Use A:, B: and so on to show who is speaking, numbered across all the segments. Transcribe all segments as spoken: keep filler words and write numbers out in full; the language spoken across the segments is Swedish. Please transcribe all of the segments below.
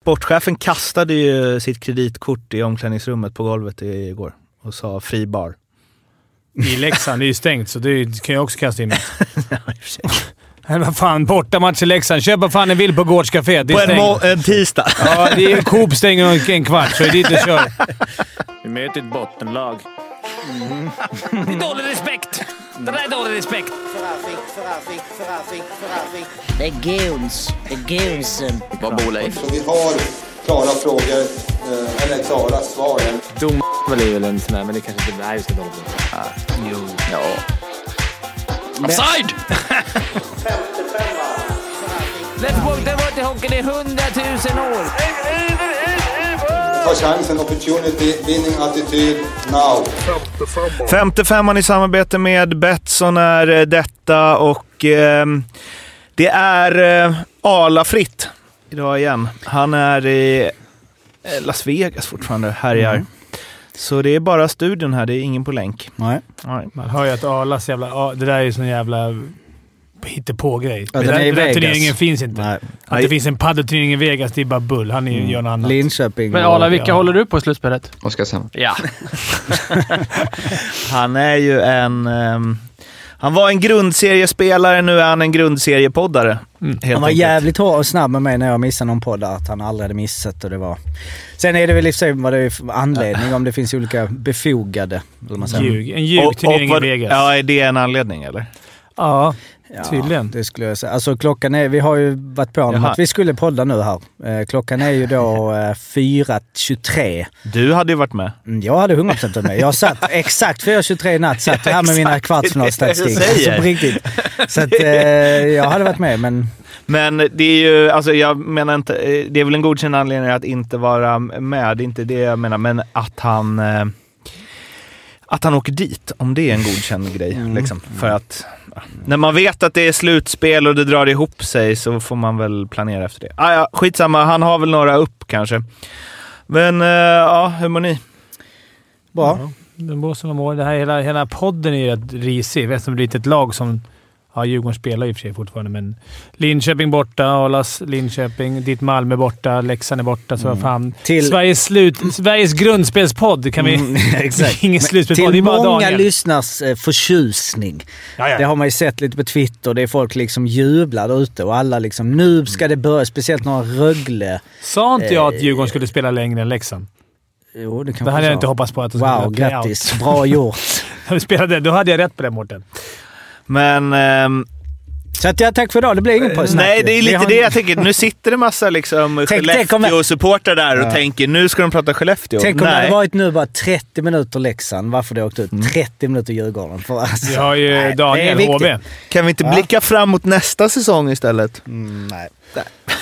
A: sportchefen kastade ju sitt kreditkort i omklädningsrummet på golvet igår och sa fri bar.
B: I Leksand, det är ju stängt så det kan jag också kasta in. Ja, vad fan, borta match i Leksand. Köp vad fan ni vill på Gårdscafé. Det är
A: på en, må- en tisdag.
B: Ja, det är Coop stänger en kvart så är det dit och kör.
C: Vi möter ett bottenlag.
B: Mm. Det är dålig respekt. Det där är dålig respekt.
D: Det är guns. Det är gunsen.
C: Vad bor Leif?
E: Så vi har klara frågor, eller klara svar.
C: Dom är väl en sån här, men det kanske inte är just det dåligt. Ah, jo. Ja. Offside!
B: Let's walk the water hockey i hundratusen år.
E: Ta chansen, opportunity, winning attityd, now.
A: femtiofemman i samarbete med Betsson är detta och eh, det är eh, Arla-fritt idag igen. Han är i eh, Las Vegas fortfarande, härjar. Mm. Så det är bara studion här, det är ingen på länk.
B: Nej. Nej. Man hör ju att Arlas jävla... Det där är ju sån jävla hittepå-grej.
F: Ja,
B: den
F: den
B: där, den turneringen finns inte.
F: Nej.
B: Att Nej. Det finns en paddelturnering i Vegas, det är bara bull. Han är ju mm. gör något annat.
F: Linköping.
G: Men Arla, vilka ja. håller du på i slutspelet?
C: Oskarshamn.
G: Ja.
A: Han är ju en... Um, han var en grundseriespelare, nu är han en grundseriepoddare.
F: Mm. Han var enkelt. jävligt hård och snabb med mig när jag missade någon podd att han aldrig hade missat och det var... Sen är det väl i sig vad det är för anledning om det finns olika befogade. Eller man säger.
B: Ljug. En ljugturnering i Vegas.
A: Ja, är det en anledning eller?
B: Ja.
F: Ja,
B: tydligen.
F: Det skulle jag säga. Alltså klockan är, vi har ju varit på om att vi skulle podda nu här. Eh, klockan är ju då eh, fyra tjugotre.
A: Du hade ju varit med.
F: Jag hade hundra procent med. Jag satt exakt fyra tjugotre i natt, satt här med mina kvartsfinalstatistik. Så på riktigt. Så att eh, jag hade varit med, men...
A: Men det är ju, alltså jag menar inte, det är väl en godkänd anledning att inte vara med. Det är inte det jag menar, men att han... Eh, att han åker dit, om det är en godkänd grej. Mm. Liksom. För att ja, när man vet att det är slutspel och det drar ihop sig så får man väl planera efter det. Ah, ja, skitsamma, han har väl några upp kanske. Men uh, ja, hur mår ni?
F: Bra.
B: Ja, den mår som mår. Det här, hela, hela podden är ju rätt risig. Jag vet som det är ett lag som... Ja, Djurgården spelar i och för sig fortfarande, men Linköping borta, Arlas Linköping, ditt Malmö borta, Leksand är borta, så mm. fan. Till... Sveriges, slut, Sveriges grundspelspodd kan vi... Mm,
F: exakt.
B: Ingen slutspelspodd, det är bara
F: många
B: Daniel.
F: lyssnars eh, förtjusning.
B: Ja, ja.
F: Det har man ju sett lite på Twitter, det är folk liksom jublar där ute och alla liksom, nu ska det börja, speciellt några Rögle.
B: Sa inte jag att Djurgården skulle spela längre än Leksand?
F: Jo, det kan
B: det hade jag inte hoppats på att de
F: wow, grattis. Bra gjort.
B: Vi spelade, då hade jag rätt på det, Mårten.
A: Men... Ehm,
F: så att ja, tack för idag. Det blir ingen på snack.
A: Nej, det är lite har... det jag tänker. Nu sitter det massa liksom Skellefteå-supportrar där och ja. tänker, nu ska de prata Skellefteå.
F: Tänk om
A: nej.
F: det hade varit nu bara trettio minuter Leksand. Varför det åkt ut? trettio minuter Djurgården. För alltså,
B: vi har ju nej, Daniel H V.
A: Kan vi inte ja. blicka fram mot nästa säsong istället?
F: Mm, nej. nej.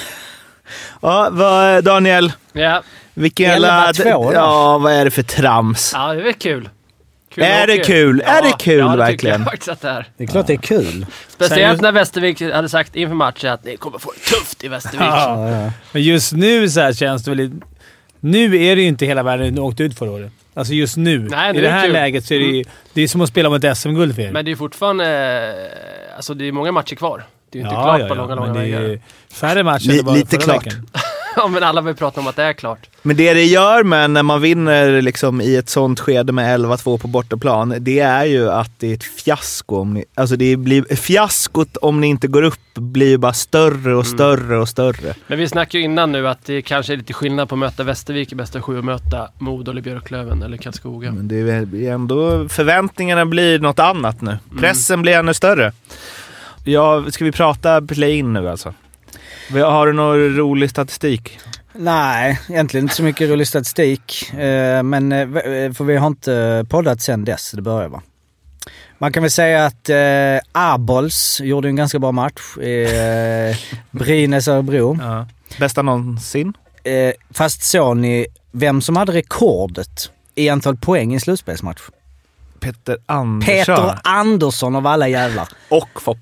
A: Ja, vad, Daniel.
G: Ja.
A: Vilken jävla... Ja, vad är det för trams?
G: Ja, det är väl kul.
A: Kul är det kul? Ja, är det kul
G: ja, det
A: verkligen?
G: Jag faktiskt att det, är.
F: det är klart ja. det är kul.
G: Speciellt när Västervik hade sagt inför matchen att ni kommer få det tufft i Västervik.
B: Ja, ja. Men just nu så här känns det väl... Nu är det ju inte hela världen åkt ut förra året. Alltså just nu.
G: Nej, nu
B: I det här
G: kul.
B: läget så är det ju... Det är som att spela mot S M-guld för er.
G: Men det är fortfarande... Alltså det är många matcher kvar. Det är ju inte
B: ja,
G: klart
B: ja,
G: på
B: ja,
G: långa, långa
B: men det är
G: vägar.
B: Färre matcher
A: L-
B: bara
A: lite klart.
B: Veckan.
G: Ja, men alla vill prata om att det är klart.
A: Men det det gör med när man vinner liksom i ett sånt skede med elva två på bortaplan, det är ju att det är ett fiasko. Om ni, alltså det blir, fiaskot om ni inte går upp blir ju bara större och större mm. och större.
G: Men vi snackade ju innan nu att det kanske är lite skillnad på att möta Västervik i bästa sju och möta Modo eller Björklöven eller Karlskoga.
A: Men det är ändå, förväntningarna blir något annat nu. Pressen mm. blir ännu större. Ja, ska vi prata play-in nu alltså? Har du någon rolig statistik?
F: Nej, egentligen inte så mycket rolig statistik. Eh, men för vi har inte poddat sen dess, det börjar va. Man kan väl säga att eh, Arbols gjorde en ganska bra match i eh, Brynäs Örebro.
A: Ja. Bästa någonsin.
F: Eh, fast såg ni vem som hade rekordet i antal poäng i slutspelsmatch?
A: Peter Andersson.
F: Peter Andersson av alla jävlar.
A: Och Foppa va?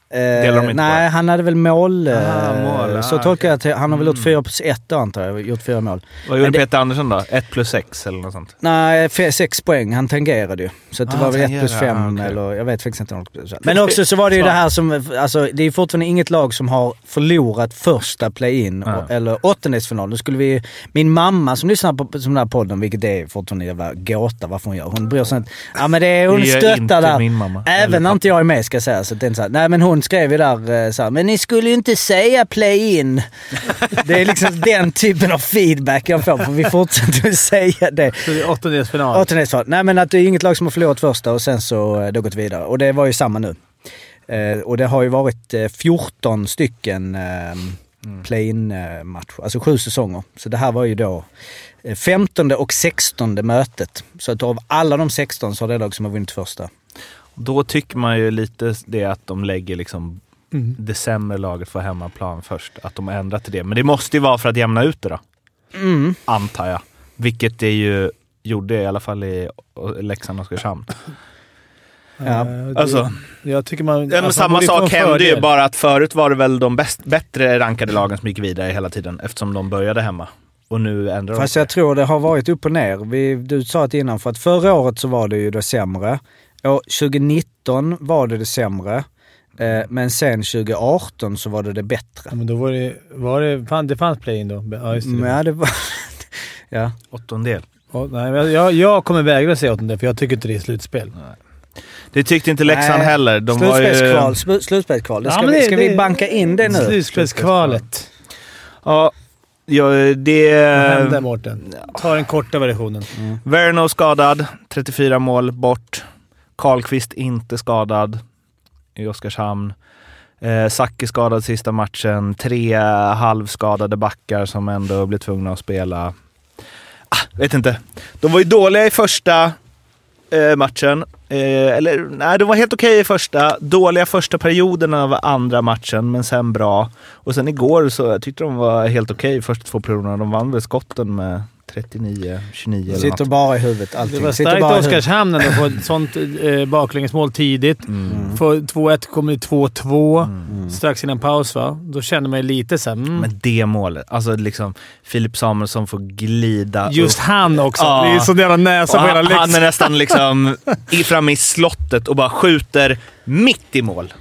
A: Delar de inte
F: nej,
A: på?
F: han hade väl mål.
A: Ah, mål.
F: Så
A: Ah,
F: tolkar jag att han har väl gjort
A: Mm.
F: fyra plus ett då, antar jag. Gjort fyra mål.
A: Vad gjorde
F: Men det-
A: Peter Andersson då? ett plus sex eller något sånt?
F: Nej, fe- sex poäng. Han tangerade ju. Så att det
A: Ah,
F: var väl ett plus
A: tangerade,
F: fem
A: okej.
F: eller jag vet faktiskt inte något. Men också så var det ju det här som, alltså det är fortfarande inget lag som har förlorat första play-in
A: Ja.
F: och, eller åttondelsfinal. Då skulle vi, min mamma som lyssnar på, på den här podden, vilket är fortfarande jävla gåta varför hon gör. Hon bryr sig inte. Ja men det är, hon
A: Det gör
F: stöttar
A: inte
F: där.
A: min mamma.
F: Även när inte jag är med ska jag säga. Så det är inte så här. Nej men hon skrev ju där så här, men ni skulle ju inte säga play-in. Det är liksom den typen av feedback jag får, för vi fortsätter att säga det.
B: Så det är åttondelsfinal.
F: Åttondelsfinal. Nej men att det är inget lag som har förlorat första och sen så eh, då gått vidare. Och det var ju samma nu. Eh, och det har ju varit eh, fjorton stycken eh,
A: Mm.
F: play-in-matcher. Alltså sju säsonger. Så det här var ju då eh, femtonde och sextonde mötet. Så att av alla de sexton så har det lag som har vunnit första.
A: Då tycker man ju lite det att de lägger liksom
B: Mm.
A: det sämre laget för hemmaplan först. Att de ändrar till det. Men det måste ju vara för att jämna ut det då.
F: Mm.
A: Antar jag. Vilket det ju gjorde i alla fall i Leksand och Oskarshamn.
F: Ja.
B: Eh, det-
A: Alltså,
B: jag tycker man...
A: ja, men
B: alltså,
A: samma
B: man borde få
A: sak
B: en
A: hände ju,
B: fördel.
A: bara att förut var det väl de bäst, bättre rankade lagen som gick vidare hela tiden eftersom de började hemma. Och nu ändrar de
F: Fast
A: sig.
F: jag tror det har varit upp och ner. Vi, du sa det innan, för att förra året så var det ju det sämre. Och tjugonitton var det det sämre. Eh, men sen tjugoarton så var det det bättre.
B: Ja, men då var det... Var det, fan, det fanns play-in då? Ja, just det.
F: Men ja, det var... ja.
A: Åttondel.
B: Och, nej, men jag, jag kommer vägra säga åttondel för jag tycker inte det är slutspel.
A: Det tyckte inte Leksand
F: Nej.
A: heller. De var ju...
F: Slutspelskval. slu- Slutspelskval. Det
B: Ja,
F: ska,
B: men
F: vi,
B: det-
F: ska
B: det-
F: vi banka in det nu?
B: Slutspelskvalet.
A: Ja, ja, det...
B: Vad hände, Mårten? Ta den korta versionen.
A: Verno skadad, trettiofyra mål bort. Karlqvist inte skadad i Oskarshamn. Eh, Sacke skadad sista matchen. Tre halvskadade backar som ändå blir tvungna att spela. Ah, vet inte. De var ju dåliga i första eh, matchen. Eh, eller nej, de var helt okej i första. Dåliga första perioden av andra matchen, men sen bra. Och sen igår så jag tyckte de var helt okej första två perioderna. De vann väl skotten med trettionio tjugonio eller
F: Sitter
A: något.
F: bara i huvudet. Allting.
B: Det var
F: Sitter
B: starkt
F: bara i huvudet.
B: Oskarshamn ändå på ett sånt eh, baklängesmål tidigt.
A: Mm.
B: För två ett kommer det två två
A: Mm.
B: strax innan paus, va? Då kände man ju lite så här, mm.
A: Men det målet, alltså liksom Filip Samuelsson får glida
B: Just
A: upp.
B: han också.
A: Ja.
B: Det är sån jävla näsa
A: Och
B: på hela
A: han, han är
B: Leksand.
A: nästan liksom i, fram i slottet och bara skjuter mitt i mål.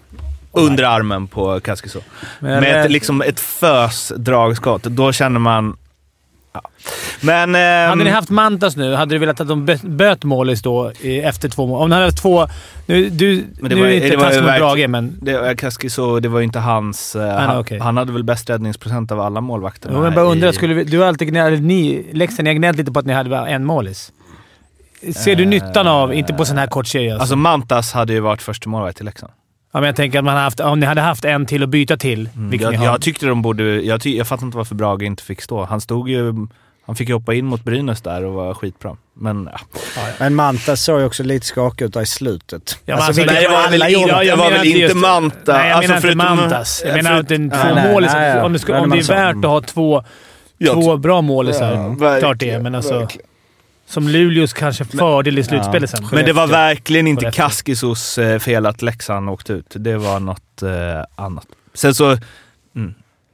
A: Under armen på Kaskiso.
B: Men,
A: Med ett,
B: eh,
A: liksom ett fös dragskott. Då känner man... Ja. Men... ehm,
B: Hade ni haft Mantas nu, hade du velat att de böt, böt målis då i, efter två mål? Om ni hade haft två... Nu, du,
A: Men det
B: nu
A: var-
B: är det
A: det
B: inte
A: var ju
B: taskigt mot
A: verkligen-
B: Brage, men...
A: det, Kaskiso, det var ju inte hans... eh, han,
B: okej.
A: han hade väl bäst räddningsprocent av alla målvakter.
B: Jo, men bara undrar, skulle vi, du har alltid gnällt, ni, Leksand, ni har gnällt lite på att ni hade bara en målis. Ser du
A: Eh,
B: nyttan av, inte på sån här kort serie alltså.
A: Alltså Mantas hade ju varit första målvakt till Leksand.
B: Ja, men jag tänker att man har haft, om ni hade haft en till att byta till, vilket
A: Jag,
B: ni har.
A: jag tyckte de borde... Jag, ty, jag fattar inte varför Brage inte fick stå. Han stod ju... Han fick ju hoppa in mot Brynäs där och var skitbra. Men ja.
F: Men Manta såg ju också lite skakig ut där i slutet.
B: Ja, men alltså,
F: vilket
A: nej, det var
F: alla
A: väl
F: gjorde.
A: inte- det var
B: menar
A: väl
B: inte
A: inte
B: just-
A: Manta.
B: Nej, jag
A: Alltså,
B: menar inte
A: förutom-
B: Mantas. Jag
A: för-
B: menar att en
F: Nej,
B: två
F: nej,
B: målis.
F: nej, ja.
B: Om, det ska,
F: Ja,
B: om
F: det
B: det är
F: man sa.
B: värt att ha två,
A: Ja,
B: två bra målisar.
A: Ja,
B: klart det är, men alltså... Som Luleås kanske fördel i slutspelet sen.
A: Men det var verkligen inte
B: Skellefteå.
A: Kaskisos eh, fel att Leksand åkte ut. Det var något eh, annat. Sen så... Mm.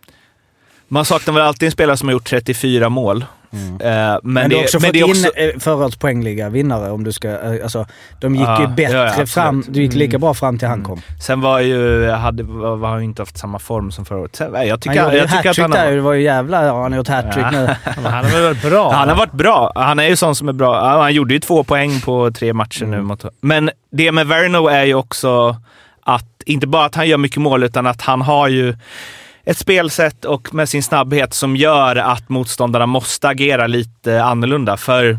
A: Man saknar väl alltid en spelare som har gjort trettiofyra mål.
F: Mm.
A: Eh, men,
F: Men du har också
A: det, men
F: fått
A: det är också...
F: in eh, förra årets poängliga vinnare om du ska... eh, Alltså, de gick
A: Ja,
F: ju bättre
A: ja, ja, absolut.
F: fram. Du gick lika bra fram till han
A: Mm.
F: kom.
A: Sen var ju... Hade, var, var han inte haft samma form som förra året. Sen, nej, jag tycker,
F: Han gjorde ju
A: jag tycker att
F: hattrick
A: han
F: där.
A: har...
F: Det var ju jävla... Ja, han har gjort hattrick
A: Ja.
F: nu.
B: Men han har väl varit bra?
A: Han har varit bra. Han är ju sån som är bra. Ja, han gjorde ju två poäng på tre matcher nu. Mot, men det med Verno är ju också att inte bara att han gör mycket mål utan att han har ju ett spelsätt och med sin snabbhet som gör att motståndarna måste agera lite annorlunda. För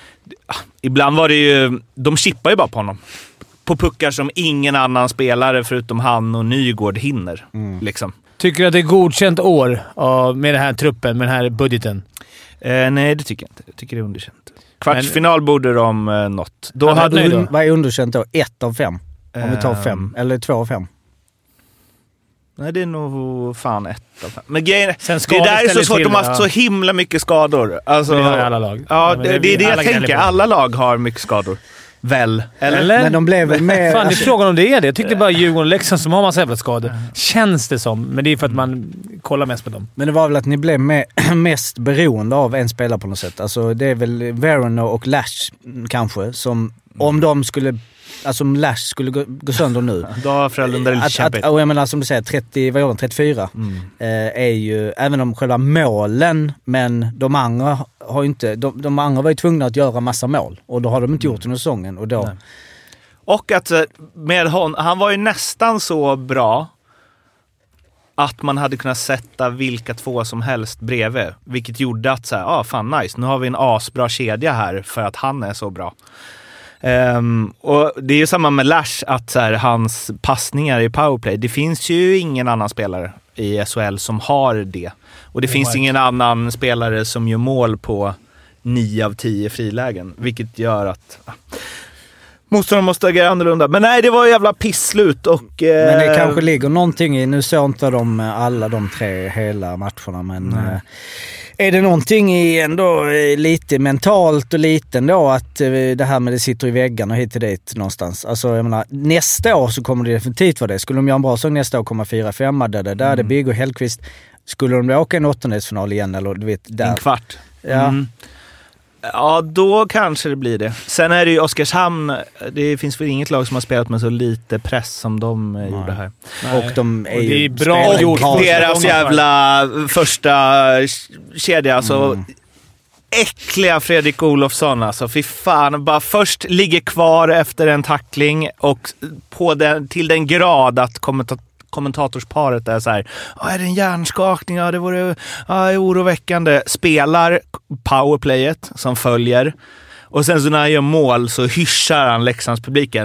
A: ibland var det ju... De chippar ju bara på honom. På puckar som ingen annan spelare förutom han och Nygård hinner. Liksom.
B: Tycker du att det är godkänt år uh, med den här truppen, med den här budgeten?
A: Eh, nej, det tycker jag inte. Jag tycker det är underkänt. Kvartsfinal borde de eh, nått. Då
B: Han är
A: hade
B: nöjd då?
F: Un, vad är underkänt då? Ett av fem? Om vi tar fem.
A: Ehm,
F: Eller två av fem.
A: Nej, det är nog fan ett av fem. Men grejen,
B: Sen
A: det där är så
B: ställer
A: svårt.
B: till
A: De har
B: det,
A: haft
B: ja.
A: så himla mycket skador. Alltså,
B: Det har ju alla lag.
A: Ja,
B: men
A: det, det är det jag
B: alla gnäller
A: tänker.
B: på.
A: Alla lag har mycket skador. Väl? Eller?
B: Eller?
F: Men de blev väl med...
B: Fan, det är frågan om det är det. Jag tyckte bara Djurgården och Leksand som har massa jävla skador. Känns det som. Men det är för att man kollar mest på dem.
F: Men det var väl att ni blev med, mest beroende av en spelare på något sätt. Alltså det är väl Verona och Lash kanske som... Om de skulle... Alltså om Lash skulle gå, gå sönder nu.
A: Då har Frölunda lite kämpigt.
F: Och jag menar som du säger, trettio, vad gör de? trettiofyra mm. eh, är ju, även om själva målen, men de andra har ju inte, de, de andra var ju tvungna att göra massa mål. Och då har de inte gjort under säsongen. Och, då...
A: och att med hon, han var ju nästan så bra att man hade kunnat sätta vilka två som helst bredvid. Vilket gjorde att så här, ah, fan nice, nu har vi en asbra kedja här för att han är så bra. Um, och det är ju samma med Lash, att så här, hans passningar i powerplay, det finns ju ingen annan spelare i S H L som har det. Och det oh, finns right. ingen annan spelare som gör mål på nio av tio frilägen, vilket gör att ah, motståndaren måste agera annorlunda. Men nej, det var ju jävla pisslut och... Eh...
F: Men det kanske ligger någonting i, nu såg inte de alla de tre hela matcherna, men... Mm. Eh, är det någonting i ändå lite mentalt och lite ändå att det här med det sitter i väggarna och hit och dit någonstans. Alltså jag menar, nästa år så kommer det definitivt vara det. Skulle de göra en bra säsong nästa år komma fyra femma där det, där mm. är det Bigg och Hellqvist. Skulle de då åka en åttondelsfinal igen eller du vet där.
A: En kvart.
F: Ja.
A: Mm. Ja, då kanske det blir det. Sen är det ju Oskarshamn, det finns väl inget lag som har spelat med så lite press som de Nej. gjorde här.
F: Nej. Och de är,
B: och det är
F: ju
B: bra
A: gjort. Och deras jävla första kedja, alltså mm. äckliga Fredrik Olofsson, alltså fy fan, bara först ligger kvar efter en tackling och på den, till den grad att kommenta- kommentatorsparet är så här, är det en hjärnskakning? Ja, det vore ja, oroväckande. Spelar powerplayet som följer. Och sen så när han gör mål så hyschar han Leksands publiken.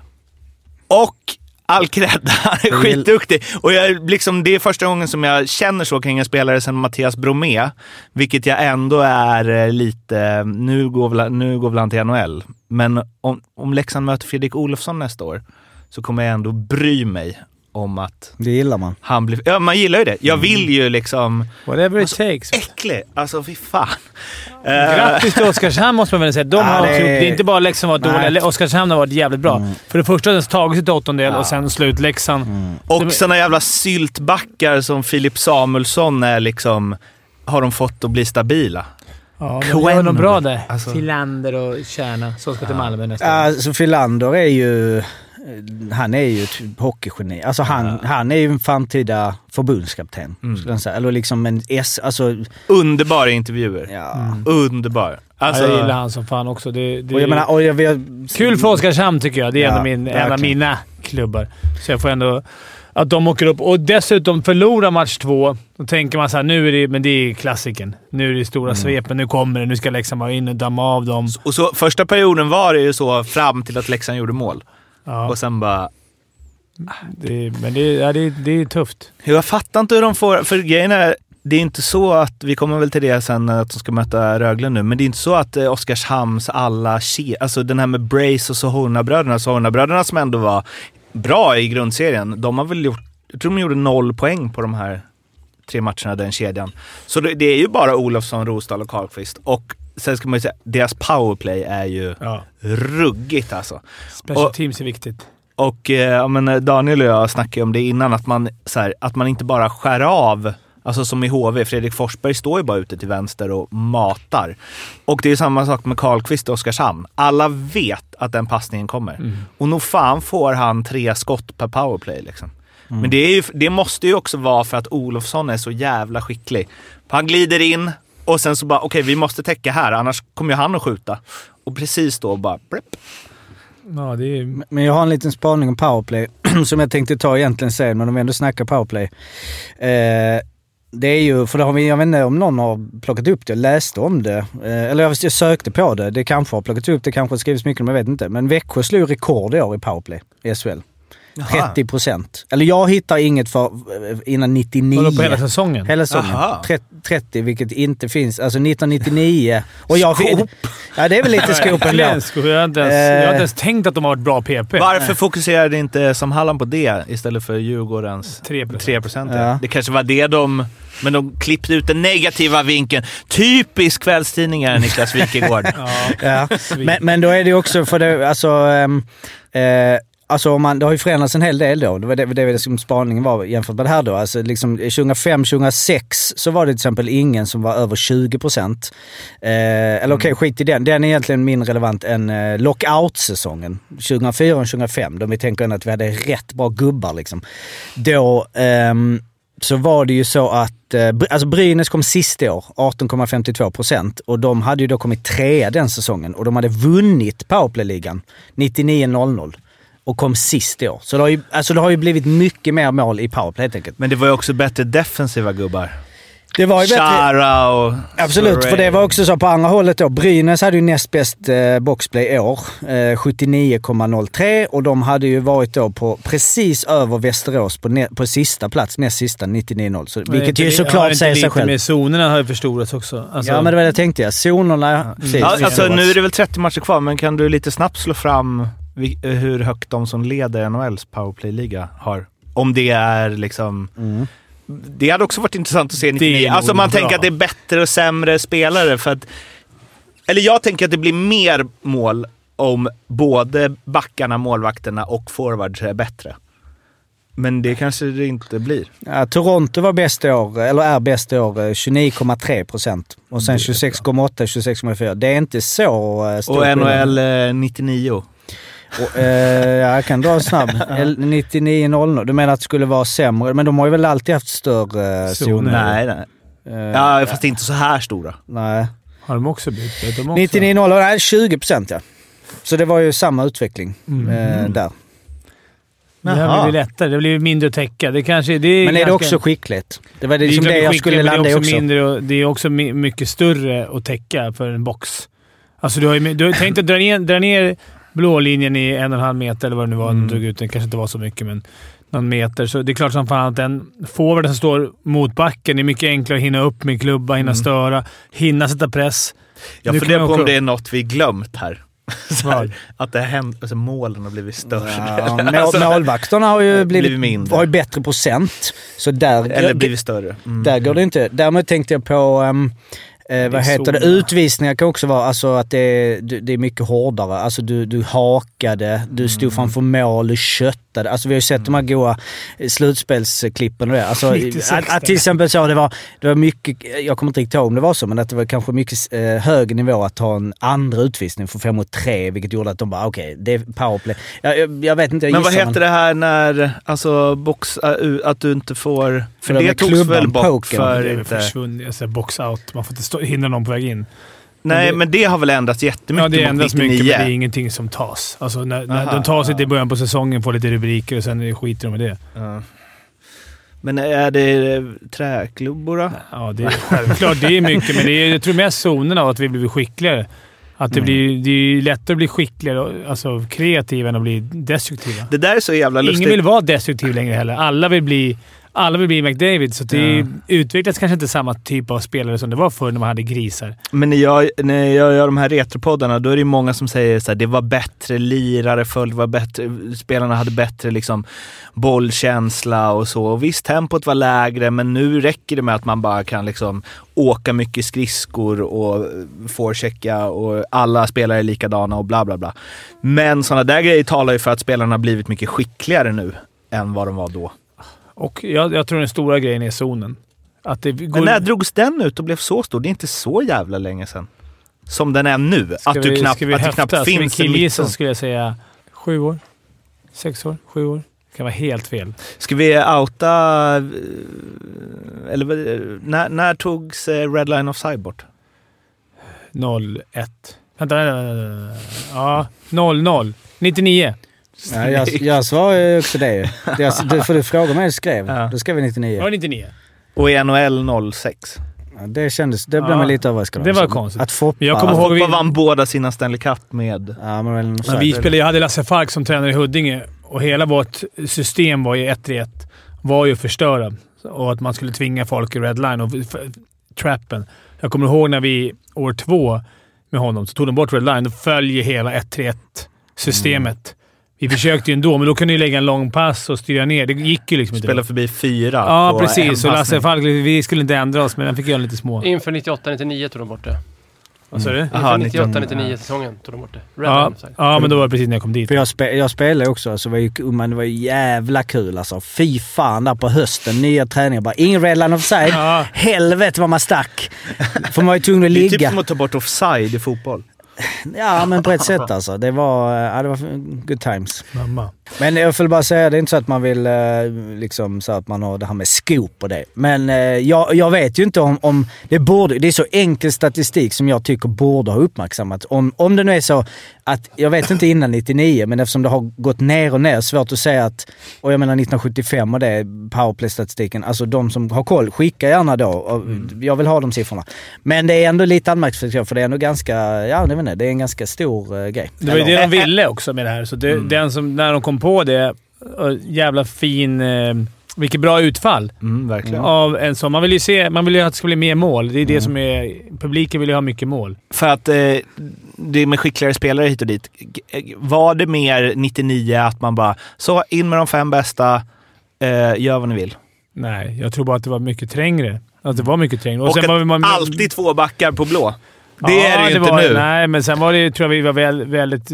A: Och all cred, han är skitduktig. Och jag, liksom, det är första gången som jag känner så kring en spelare sen Mattias Bromé. Vilket jag ändå är lite, nu går väl, nu går väl han till N H L. Men om, om Leksand möter Fredrik Olofsson nästa år så kommer jag ändå bry mig om att...
F: Det gillar man.
A: Han blir, ja, man gillar ju det. Jag vill ju liksom...
B: Whatever it
A: alltså,
B: takes.
A: Äcklig. Alltså, fy fan.
B: Grattis till Oskarshamn måste man väl säga. De har
F: ah, det...
B: Också, det är inte bara Leksand var dåliga. Oskarshamn har varit jävligt bra. Mm. För det första har den tagit sitt åttondel ja. och sen slut Leksand. Mm.
A: Och såna jävla syltbackar som Filip Samuelsson är liksom... Har de fått att bli stabila.
B: Ja, de gör de bra där. Alltså... Filander och Kärna. Så ska till Malmö nästa.
F: Alltså, Filander är ju... Han är ju ett hockeygeni. Alltså han, ja. han är ju en framtida förbundskapten. Mm. Skulle jag säga. Eller liksom en S... Alltså...
A: Underbara intervjuer.
F: Ja.
A: Mm. Underbar. Alltså...
B: Ja, jag gillar han som fan också. Det, det
F: och jag menar, och jag vet...
B: Kul för Oskarshamn tycker jag. Det är ja, en, av min, en av mina klubbar. Så jag får ändå... Att de åker upp och dessutom förlorar match två. Då tänker man så här, nu är det... Men det är klassiken. Nu är det stora mm. svepen. Nu kommer det. Nu ska Leksand vara in och damma av dem.
A: Och så första perioden var det ju så fram till att Leksand gjorde mål.
B: Ja.
A: Och sen bara...
B: Det, men det, ja, det, det är tufft.
A: Jag fattar inte hur de får... För grejen är, det är inte så att... Vi kommer väl till det sen att de ska möta Rögle nu. Men det är inte så att eh, Oskarshamns alla... Alltså den här med Brace och Sohorna-bröderna. Sohorna-bröderna som ändå var bra i grundserien. De har väl gjort... Jag tror de gjorde noll poäng på de här tre matcherna, den kedjan. Så det, det är ju bara Olofsson, Rosdahl och Karlqvist. Och sen ska man ju säga, deras powerplay är ju ja. ruggigt alltså.
B: Special och, teams är viktigt.
A: Och eh, men Daniel och jag snackade om det innan, att man, så här, att man inte bara skär av, alltså som i H V, Fredrik Forsberg står ju bara ute till vänster och matar. Och det är samma sak med Karlqvist och Oskarshamn. Alla vet att den passningen kommer. Mm. Och nog fan får han tre skott per powerplay liksom. Mm. Men det, är ju, det måste ju också vara för att Olofsson är så jävla skicklig. Han glider in och sen så bara, okej, okay, vi måste täcka här, annars kommer ju han att skjuta. Och precis då bara... Blip.
B: Ja, det är...
F: Men jag har en liten spaning om powerplay som jag tänkte ta egentligen sen, men om vi ändå snackar powerplay. Eh, det är ju, för det har vi, jag vet inte om någon har plockat upp det och läste om det. Eh, eller jag, jag sökte på det. Det kanske har plockat upp det, kanske har skrivits mycket, men jag vet inte. Men Växjö slog rekord i år i powerplay i S H L. trettio procent. Eller jag hittar inget för innan nittionio.
B: Vadå, på hela säsongen?
F: Hela säsongen. trettio, vilket inte finns. Alltså nittonhundranittionio. Och jag
A: Skop.
F: Ja, det är väl lite skop ändå.
B: Jag har inte ens, jag har inte ens tänkt att de har varit bra P P.
A: Varför fokuserade inte som Halland på det istället för Djurgårdens tre procent? tre procent.
F: Ja.
A: Det kanske var det de... Men de klippte ut den negativa vinkeln. Typisk kvällstidningar, Niklas Wikegård.
F: ja. Ja. Men, men då är det också för det, alltså... Ähm, äh, Alltså om man, det har ju förändrats en hel del då. Det var det, det som spaningen var jämfört med det här då. Alltså liksom tjugofem tjugosex så var det till exempel ingen som var över tjugo procent. Eh, eller okej, okay, skit i den. Den är egentligen mindre relevant än eh, lockout-säsongen. tjugofyra och tjugofem, då vi tänker att vi hade rätt bra gubbar liksom. Då eh, så var det ju så att eh, alltså Brynäs kom sist i år, arton komma femtiotvå procent. Och de hade ju då kommit trea den säsongen. Och de hade vunnit powerplay-ligan nittionio noll noll. Och kom sist i år. Så det har, ju, alltså det har ju blivit mycket mer mål i powerplay helt enkelt.
A: Men det var ju också bättre defensiva gubbar.
F: Det var ju bättre.
A: Chara och...
F: Absolut, Sorry. För det var också så på andra hållet då. Brynäs hade ju näst bäst eh, boxplay i år. Eh, sjuttionio komma noll tre. Och de hade ju varit då på precis över Västerås på, ne- på sista plats. Näst sista, nittionio noll. Så, vilket ju såklart säger sig själv.
B: Med zonerna har ju förstorats också. Alltså...
F: Ja, men det var det jag tänkte. Zonerna... Ja. Precis,
A: ja, alltså nu är det väl trettio matcher kvar, men kan du lite snabbt slå fram hur högt de som leder N H L:s powerplay-liga har? Om det är liksom... Mm. Det hade också varit intressant att se nittionio. Alltså man bra. tänker att det är bättre och sämre spelare för att... Eller jag tänker att det blir mer mål om både backarna, målvakterna och forwards är bättre. Men det kanske det inte blir.
F: Ja, Toronto var bäst i år, eller är bäst i år, tjugonio komma tre procent. Och sen tjugosex komma åtta, tjugosex komma fyra. Det är inte så stort.
A: Och N H L nittionio.
F: Och, eh, jag kan dra snabb. nittionio noll noll. Du menar att det skulle vara sämre, men de har ju väl alltid haft större zoner.
A: Nej, nej. Uh, ja, fast inte så här stora.
F: Nej.
B: Har de också bytt? De också...
F: nittionio noll noll, nej, tjugo procent ja. Så det var ju samma utveckling mm. eh, där.
B: Det här blir lättare. Det blir mindre att täcka. Det kanske, det är
F: men är
B: ganska...
F: det också skickligt? Det var det,
B: det,
F: liksom det jag skulle landa i också.
B: Mindre och, det är också mycket större att täcka för en box. Alltså du har ju du har tänkt att dra ner, dra ner blå linjen i en och en halv meter eller vad det nu var. Mm. Drog ut den kanske inte var så mycket, men någon meter. Så det är klart som fan att den forwarden som står mot backen är mycket enklare att hinna upp med klubba, hinna mm. störa, hinna sätta press.
A: Jag funderar på om det är något vi glömt här. Här, att det hänt, alltså målen har blivit större.
F: Ja, mål, alltså, målvakterna har ju blivit, blivit mindre. Har ju bättre procent. Så där,
A: eller blivit större.
F: Mm. Där går det inte. Därmed tänkte jag på... Um, Eh, vad heter det? Utvisningar kan också vara alltså att det är, det är mycket hårdare. Alltså du, du hakade, du stod mm. framför mål, du köttade. Alltså vi har ju sett mm. de här goa slutspelsklippen och det. Alltså, att, att till exempel så det var, det var mycket, jag kommer inte riktigt ihåg om det var så, men att det var kanske mycket eh, hög nivå att ta en andra utvisning för fem mot tre, vilket gjorde att de bara okej, okay, det är powerplay. Jag, jag, jag vet inte, jag
A: men vad heter
F: man...
A: det här när, alltså box, uh, att du inte får, för, för det togs väl bort för
B: det är
A: inte...
B: försvunnit, alltså box out, man får inte stå, hinna någon på väg in.
A: Nej, men det, men det har väl ändrats jättemycket.
B: Ja, det ändras mycket, men det är ingenting som tas. Alltså när, när de tar sig till början på säsongen, får lite rubriker och sen skiter de med det.
A: Ja. Men är det träklubbor då?
B: Ja, det är självklart. Det är mycket, men det är, jag tror mest zonerna av att vi blir skickligare. Att det, mm. blir, det är lättare att bli skickligare, alltså kreativa än att bli destruktiva.
A: Det där är så jävla lustigt.
B: Ingen vill vara destruktiv längre heller. Alla vill bli... Alla vill bli McDavid, så det ja. utvecklas kanske inte samma typ av spelare som det var förr när man hade grisar.
A: Men när jag, när jag gör de här retropoddarna, då är det många som säger att det var bättre lirare förr, det var bättre, spelarna hade bättre liksom, bollkänsla och så. Och visst, tempot var lägre, men nu räcker det med att man bara kan liksom, åka mycket skridskor och forechecka och alla spelare är likadana och bla bla bla. Men sådana där grejer talar ju för att spelarna har blivit mycket skickligare nu än vad de var då.
B: Och jag, jag tror den stora grejen är zonen. Att det går...
A: Men när drogs den ut och blev så stor? Det är inte så jävla länge sedan. Som den är nu.
B: Ska
A: att du
B: vi,
A: knappt,
B: ska vi
A: att
B: häfta,
A: det knappt finns
B: en mitt. Skulle jag säga sju år. Sex år. Sju år. Det kan vara helt fel.
A: Ska vi outa... Eller när, när togs Red Line Offside bort?
B: noll ett. Vänta, vänta, vänta. Ja, noll noll. nittionio.
F: Ja, jag, jag svarar ju också det. det du får du fråga mig, jag skrev. Ja. Då skrev vi nittionio.
B: Ja, nittionio.
A: Och i N H L noll sex.
F: Ja, det kändes, det blev ja. man lite överraskad.
B: Det var konstigt.
F: Att Foppa,
B: jag kommer
A: att
B: ihåg
A: Foppa
B: vi...
A: vann båda sina Stanley Cup med...
F: Ja, men
B: men vi spelade, jag hade Lasse Falk som tränare i Huddinge och hela vårt system var ju ett tre ett. Var ju förstörad. Och att man skulle tvinga folk i Red Line och trappen. Jag kommer ihåg när vi år två med honom så tog de bort Red Line och följer hela ett tre ett-systemet. Mm. Vi försökte ju ändå, men då kunde ju lägga en lång pass och styra ner. Det gick ju liksom inte.
A: Spela förbi fyra.
B: Ja, precis. Och Lasse Falk, vi skulle inte ändra oss, men den fick göra lite små.
G: Inför nittioåtta nittionio tog de bort det.
B: Vad sa du?
G: Inför nittioåtta nittionio säsongen tog de bort det.
B: Ja, ja, men då var det precis när jag kom dit.
F: För jag, spe, jag spelade också, så var ju, men det var ju jävla kul alltså. Fy fan, där på hösten, nya träningar. Bara ingen red line offside.
B: Ja.
F: Helvete vad man stack. För man var ju tvungen att ligga.
A: Det är typ som att ta bort offside i fotboll.
F: Ja, men på ett sätt alltså. Det var, ja, det var good times.
B: Mamma.
F: Men jag vill bara säga, det är inte så att man vill liksom så att man har det här med scoop och det. Men jag, jag vet ju inte om, om det borde, det är så enkel statistik som jag tycker borde ha uppmärksammat. Om, om det nu är så att, jag vet inte innan nittionio, men eftersom det har gått ner och ner, svårt att säga att, och jag menar nittonhundrasjuttiofem och det, powerplay-statistiken, alltså de som har koll, skicka gärna då. Och jag vill ha de siffrorna. Men det är ändå lite anmärkningsvärt, för det är ändå ganska, ja det, inte, det är en ganska stor uh, grej.
B: Det var ju det de ville också med det här. Så det, mm. den som, när de kom på det, jävla fin, eh, vilket bra utfall.
A: Mm, verkligen.
B: Av en sån. Man vill ju se, man vill ju att det ska bli mer mål. Det är mm. det som är, publiken vill ju ha mycket mål.
A: För att eh, det är med skickligare spelare hit och dit. Var det mer nittionio att man bara, så in med de fem bästa, eh, gör vad ni vill?
B: Nej, jag tror bara att det var mycket trängre. Att det var mycket trängre.
A: Och, och
B: sen
A: att
B: var man,
A: alltid två backar på blå. Det
B: ja,
A: är det ju
B: det
A: inte
B: var,
A: nu.
B: Nej, men sen var det, tror jag vi var väl, väldigt...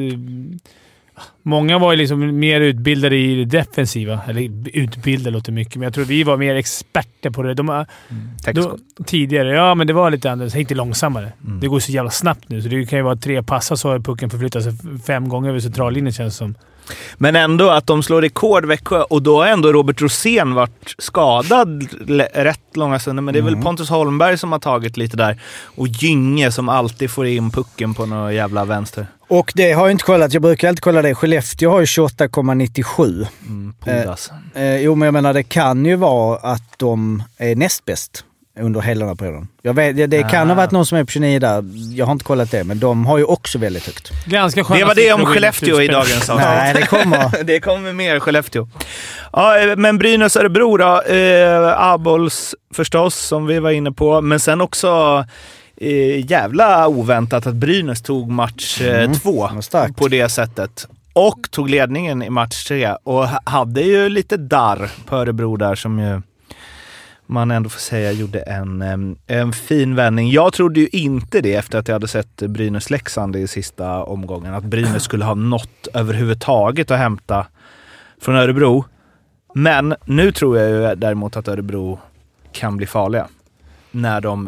B: Många var ju liksom mer utbildade i det defensiva. Eller utbildade låter mycket, men jag tror vi var mer experter på det. De, mm. då, tidigare, ja, men det var lite annorlunda. Inte långsammare. Mm. Det går så jävla snabbt nu, så det kan ju vara tre passar så har pucken förflyttat sig fem gånger över centrallinjen, känns som.
A: Men ändå att de slår rekord Växjö, och då har ändå Robert Rosén varit skadad rätt långa stunder, men det är väl mm. Pontus Holmberg som har tagit lite där, och Gynge som alltid får in pucken på någon jävla vänster.
F: Och det har jag inte kollat, jag brukar alltid kolla det. Skellefteå har ju tjugoåtta komma nittiosju.
A: Mm, Podas.
F: Eh, eh, jo, men jag menar, det kan ju vara att de är näst bäst under hela den här perioden. Jag vet, det kan ah. ha varit någon som är på tjugonio där. Jag har inte kollat det, men de har ju också väldigt högt.
B: Ganska skönt.
A: Det var det om Skellefteå i dagens avsnitt.
F: Nej, det kommer.
A: det kommer mer Skellefteå. Ja, men Brynäs Örebro då. Eh, Abols förstås, som vi var inne på. Men sen också eh, jävla oväntat att Brynäs tog match eh, mm, två på det sättet. Och tog ledningen i match tre. Och hade ju lite darr på Örebro där, som ju man ändå får säga gjorde en, en fin vändning. Jag trodde ju inte det efter att jag hade sett Brynäs-Leksand i sista omgången. Att Brynäs skulle ha något överhuvudtaget att hämta från Örebro. Men nu tror jag ju däremot att Örebro kan bli farliga när de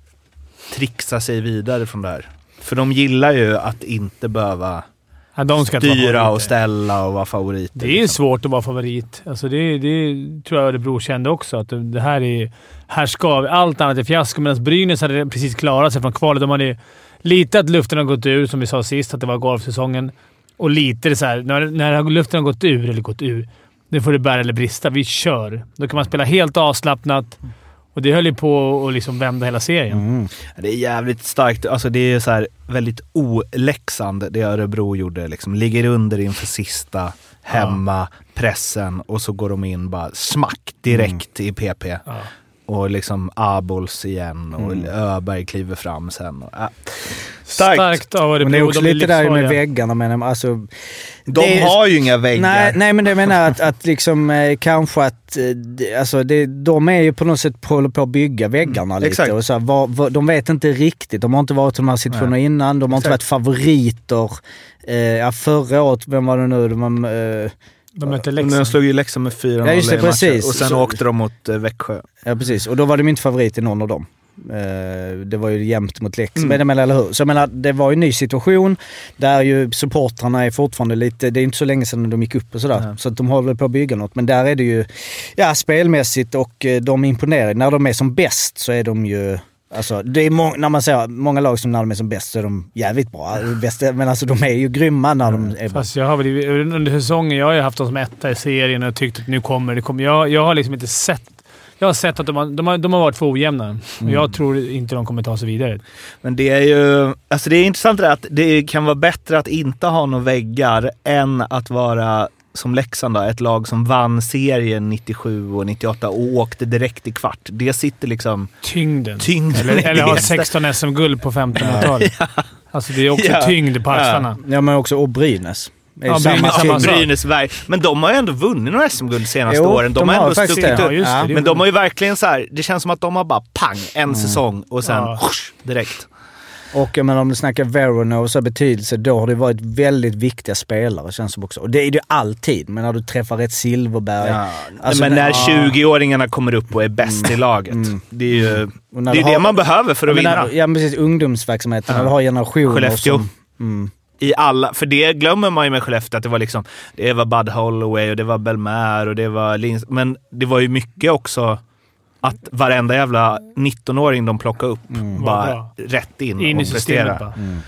A: trixar sig vidare från det här. För de gillar ju att inte behöva
B: ja, de ska
A: styra och ställa och vara favorit.
B: Det är ju liksom svårt att vara favorit. Alltså det, det tror jag Örebro kände också. Att det här är... Här ska vi. Allt annat är fiasko. Medan Brynäs hade precis klarat sig från kvalet. De hade lite att luften har gått ur, som vi sa sist, att det var golfsäsongen. Och lite så här, när, när luften har gått ur, eller gått ur, nu får det bära eller brista. Vi kör. Då kan man spela helt avslappnat. Och det höll ju på att liksom vända hela serien.
A: Mm. Det är jävligt starkt. Alltså det är så här väldigt oläxande det Örebro gjorde. Liksom. Ligger under inför sista, hemma, ja. pressen, och så går de in bara smack direkt mm. i P P. Ja. Och liksom Abols igen och mm. Öberg kliver fram sen. Och, äh.
B: Starkt. Starkt av Örebro.
F: Men det är också
B: de
F: lite där med väggarna. Men alltså,
A: de det, har ju inga väggar.
F: Nej, nej men det menar att, att liksom eh, kanske att eh, alltså det, de är ju på något sätt på, på att bygga väggarna mm, lite. Exakt. Och så här, var, var, de vet inte riktigt. De har inte varit i de här situationerna innan. De har exakt. inte varit favoriter. Eh, ja, förra året, vem var det nu? De, eh,
B: de mötte Leksand.
A: De slog ju Leksand med fyra noll
F: ja, just det, precis.
A: Och sen så åkte de mot eh, Växjö.
F: Ja, precis. Och då var de inte favorit i någon av dem. Uh, det var ju jämnt mot Leksand. Mm. Men, eller hur? Så jag menar, det var ju en ny situation där ju supportrarna är fortfarande lite, det är inte så länge sedan de gick upp och sådär. Mm. Så att de håller på att bygga något. Men där är det ju, ja, spelmässigt, och uh, de imponerar. När de är som bäst så är de ju, alltså, det är må- när man säger många lag som när de är som bäst så är de jävligt bra. Bästa, men alltså de är ju grymma när de är bra.
B: Fast jag har väl, under säsongen, jag har ju haft dem som etta i serien och tyckt att nu kommer det kommer. Jag, jag har liksom inte sett Jag har sett att de har, de har, de har varit för ojämna. Mm. Och jag tror inte de kommer ta sig vidare.
A: Men det är ju... Alltså det är intressant att det kan vara bättre att inte ha några väggar än att vara som Leksand då, ett lag som vann serien nittiosju och nittioåtta och åkte direkt i kvart. Det sitter liksom...
B: Tyngden.
A: Tyngden
B: eller eller har sexton S M-guld på femtonhundratalet. ja. Alltså det är också ja. tyngd på axlarna.
F: Ja. ja, men också och Brynäs. är
B: Ja,
F: samma
B: Brynäs-
F: team.
A: Brynäsberg. Men de har ju ändå vunnit några S M-guld de senaste
F: Jo,
A: åren. De,
F: de
A: har
F: har
A: ändå
F: faktiskt
A: stuckit
F: det.
A: upp.
B: Ja, just det.
F: Ja.
B: Det är
A: Men de har ju verkligen så här, det känns som att de har bara pang, en
F: Mm.
A: säsong och sen
B: Ja.
A: direkt.
F: Och men om du snackar Verono och så betydelse, då har det varit väldigt viktiga spelare känns det också. Och det är det ju alltid, men när du träffar ett Silverberg.
A: Ja.
F: Alltså,
A: men när
F: ja.
A: tjugo-åringarna kommer upp och är bäst i laget.
F: Mm.
A: Det är ju
F: Och när
A: det,
F: du
A: är
F: har-
A: det man behöver för att
F: Jag menar,
A: vinna.
F: ja, precis. Ungdomsverksamheten.
A: Ja.
F: När du har generationer
A: Skellefteå.
F: som... Mm.
A: I alla, för det glömmer man ju med Skellefteå att det var liksom, det var Bud Holloway och det var Belmar och det var Lins, men det var ju mycket också att varenda jävla nittonåring de plockade upp
F: Mm.
A: bara
B: Bra.
A: rätt in,
B: In i
A: och
B: systemet
A: prestera.
B: bara.
F: Mm.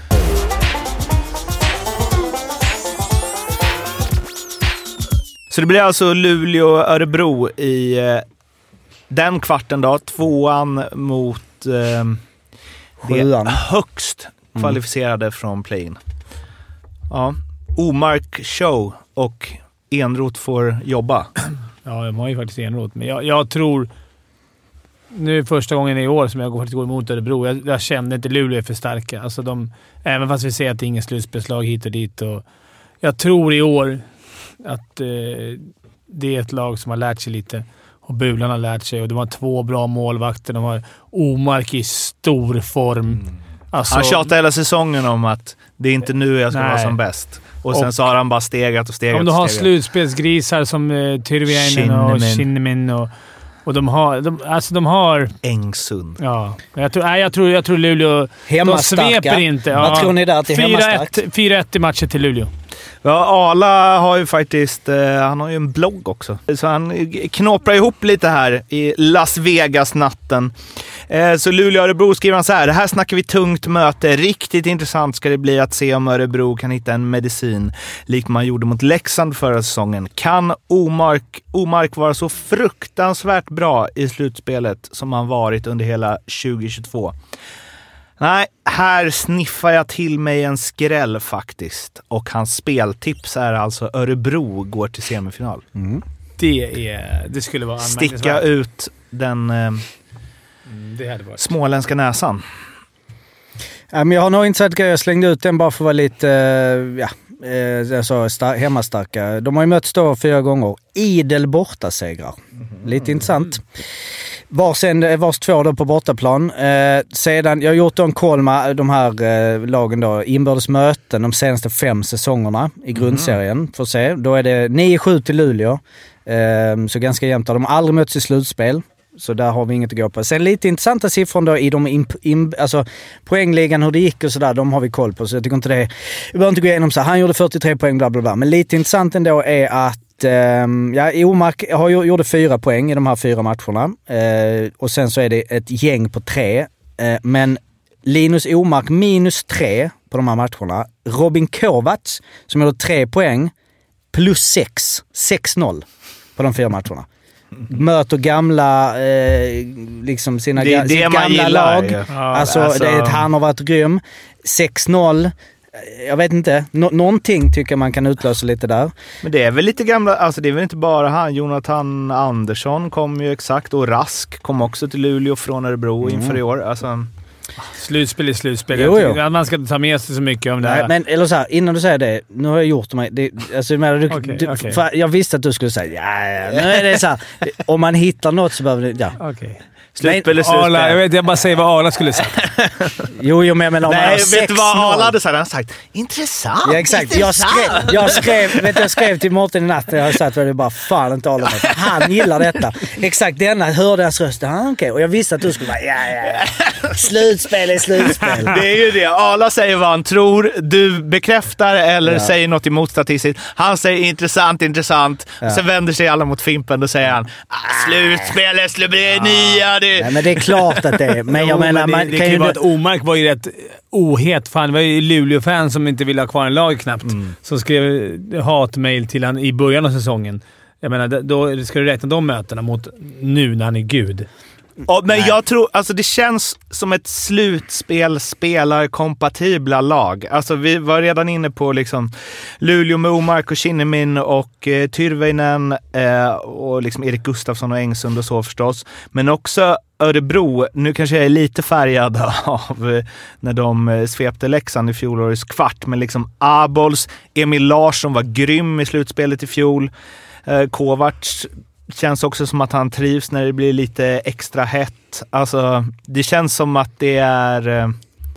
A: Så det blir alltså Luleå-Örebro i eh, den kvarten då, tvåan mot eh, det
F: Sjuan.
A: högst kvalificerade från play-in. Ja, Omark show och Enroth får jobba.
B: Ja, de har ju faktiskt enrot. Men jag, jag tror... Nu är första gången i år som jag faktiskt går emot Örebro. Jag, jag känner inte Luleå är för starka. Alltså de, även fast vi ser att det är ingen slutspelslag hit och dit. Och jag tror i år att eh, det är ett lag som har lärt sig lite. Och Bulan har lärt sig. Och de har två bra målvakter. De har Omark i stor form. Alltså,
A: Han tjatar hela säsongen om att det är inte nu jag ska
B: Nej.
A: vara som bäst. Och sen
B: Och-
A: så har han bara stegat och stegat
B: om du
A: och
B: har
A: stegat.
B: slutspelsgrisar som eh, Tyrväinen och
A: Kinnamin.
B: Kinnamin och, och de har... De, alltså de har...
A: Ängsund.
B: Ja. Jag tror, nej, jag tror, jag tror Luleå... De
F: Hemmastarka.
B: sveper inte. Ja.
F: Vad tror ni där till hemmastarkt?
B: fyra ett i matchen till Luleå.
A: Ja, Arla har ju faktiskt, eh, han har ju en blogg också. Så han knåpar ihop lite här i Las Vegas-natten. Eh, så Luleå-Örebro skriver han så här: det här snackar vi tungt möte. Riktigt intressant ska det bli att se om Örebro kan hitta en medicin likt man gjorde mot Leksand förra säsongen. Kan Omark, Omark vara så fruktansvärt bra i slutspelet som han varit under hela tjugohundratjugotvå? Nej, här sniffar jag till mig en skräll faktiskt. Och hans speltips är alltså Örebro går till semifinal.
F: Mm.
B: Det, är, det skulle vara
A: Sticka
B: anmärkningsvärt.
A: ut den eh,
B: Mm, det hade varit.
A: småländska näsan.
F: Ja, men jag har nog inte sett grejer. Jag slängde ut den bara för att vara lite eh, ja, eh, alltså, star- hemmastarka. De har ju mötts då fyra gånger. Idel bortasegrar. Lite intressant. Varsin, vars två då på bortaplan. Eh, sedan, jag har gjort en koll med de här eh, lagen då. Inbördes möten de senaste fem säsongerna i grundserien. Får se. Då är det nio sju till Luleå. Eh, så ganska jämnt. De har aldrig mötts i slutspel. Så där har vi inget att gå på. Sen lite intressanta siffror då i de imp, imp, alltså poängligan, hur det gick och sådär, de har vi koll på. Så jag tycker inte det är... Vi behöver inte gå igenom så här. Han gjorde fyrtiotre poäng, bla bla bla. Men lite intressant ändå är att um, ja, Omark har, gjorde fyra poäng i de här fyra matcherna. Uh, och sen så är det ett gäng på tre. Uh, men Linus Omark minus tre på de här matcherna. Robin Kovacs som gjorde tre poäng plus sex. sex noll på de fyra matcherna. Möter gamla, eh, liksom sina
A: Det är
F: ga-
A: det
F: sitt
A: man
F: gamla
A: gillar,
F: lag.
A: ju.
B: Ja,
F: Alltså,
A: alltså-
F: det är ett, han har varit grym. sex noll. Jag vet inte. Nå- någonting tycker jag man kan utlösa lite där.
A: Men det är väl lite gamla, alltså det är väl inte bara han. Jonathan Andersson kom ju exakt och Rask kom också till Luleå från Örebro
F: Mm.
A: inför i år. Alltså,
B: Slutspel är slutspel.
F: Jo,
B: Jag
F: jo.
B: tycker att man ska inte ta med sig så mycket om det
F: Nej,
B: här.
F: men eller så här, innan du säger det, nu har jag gjort mig... Det, alltså, men, du,
B: Okej,
F: du,
B: okej.
F: för jag visste att du skulle säga ja, ja, nu är det så här, om man hittar något så behöver det... Ja.
B: Okej.
A: slutspel är
B: Arla, jag
A: slutspel.
B: vet jag bara säger vad Arla skulle säga.
F: Jo, jo, men jag menar om man
A: Nej,
F: har
A: vet
F: sex
A: du vad
F: noll.
A: Arla hade sagt? Han hade sagt intressant.
F: Ja, exakt. Jag skrev, jag skrev, vet du, jag skrev till Mårten i natt och jag sa att det bara fan inte Arla. Han gillar detta. Exakt, denna hörde hans röst. Ah, okay. Och jag visste att du skulle vara ja, ja, ja. Slutspel är slutspel.
A: Det är ju det. Arla säger vad han tror. Du bekräftar eller
F: Ja.
A: säger något emot statistiskt. Han säger intressant, intressant.
F: Ja.
A: Sen vänder sig alla mot Fimpen. Då säger han ah, slutspelet, slutspelet, nya det.
F: Nej, men det är klart att det är. Men jag
B: Jo,
F: menar,
B: men
F: man
B: det, det
F: kan
B: kan ju vara
F: inte...
B: att Omark var ju rätt ohet. Fan, det var ju Luleå-fan som inte ville ha kvar en lag knappt.
A: Mm.
B: Som skrev hatmail till han i början av säsongen. Jag menar, då ska du räkna de mötena mot nu när han är gud.
A: Ja, men Nej. jag tror, alltså det känns som ett slutspel spelar kompatibla lag. Alltså vi var redan inne på liksom Luleå med Omark och Kinnimin och eh, Tyrväinen eh, och liksom Erik Gustafsson och Engsund och så förstås. Men också Örebro, nu kanske jag är lite färgad av eh, när de eh, svepte Leksand i fjolårets kvart, men liksom Abols, Emil Larsson var grym i slutspelet i fjol. Eh, Kovacs känns också som att han trivs när det blir lite extra hett. Alltså, det känns som att det är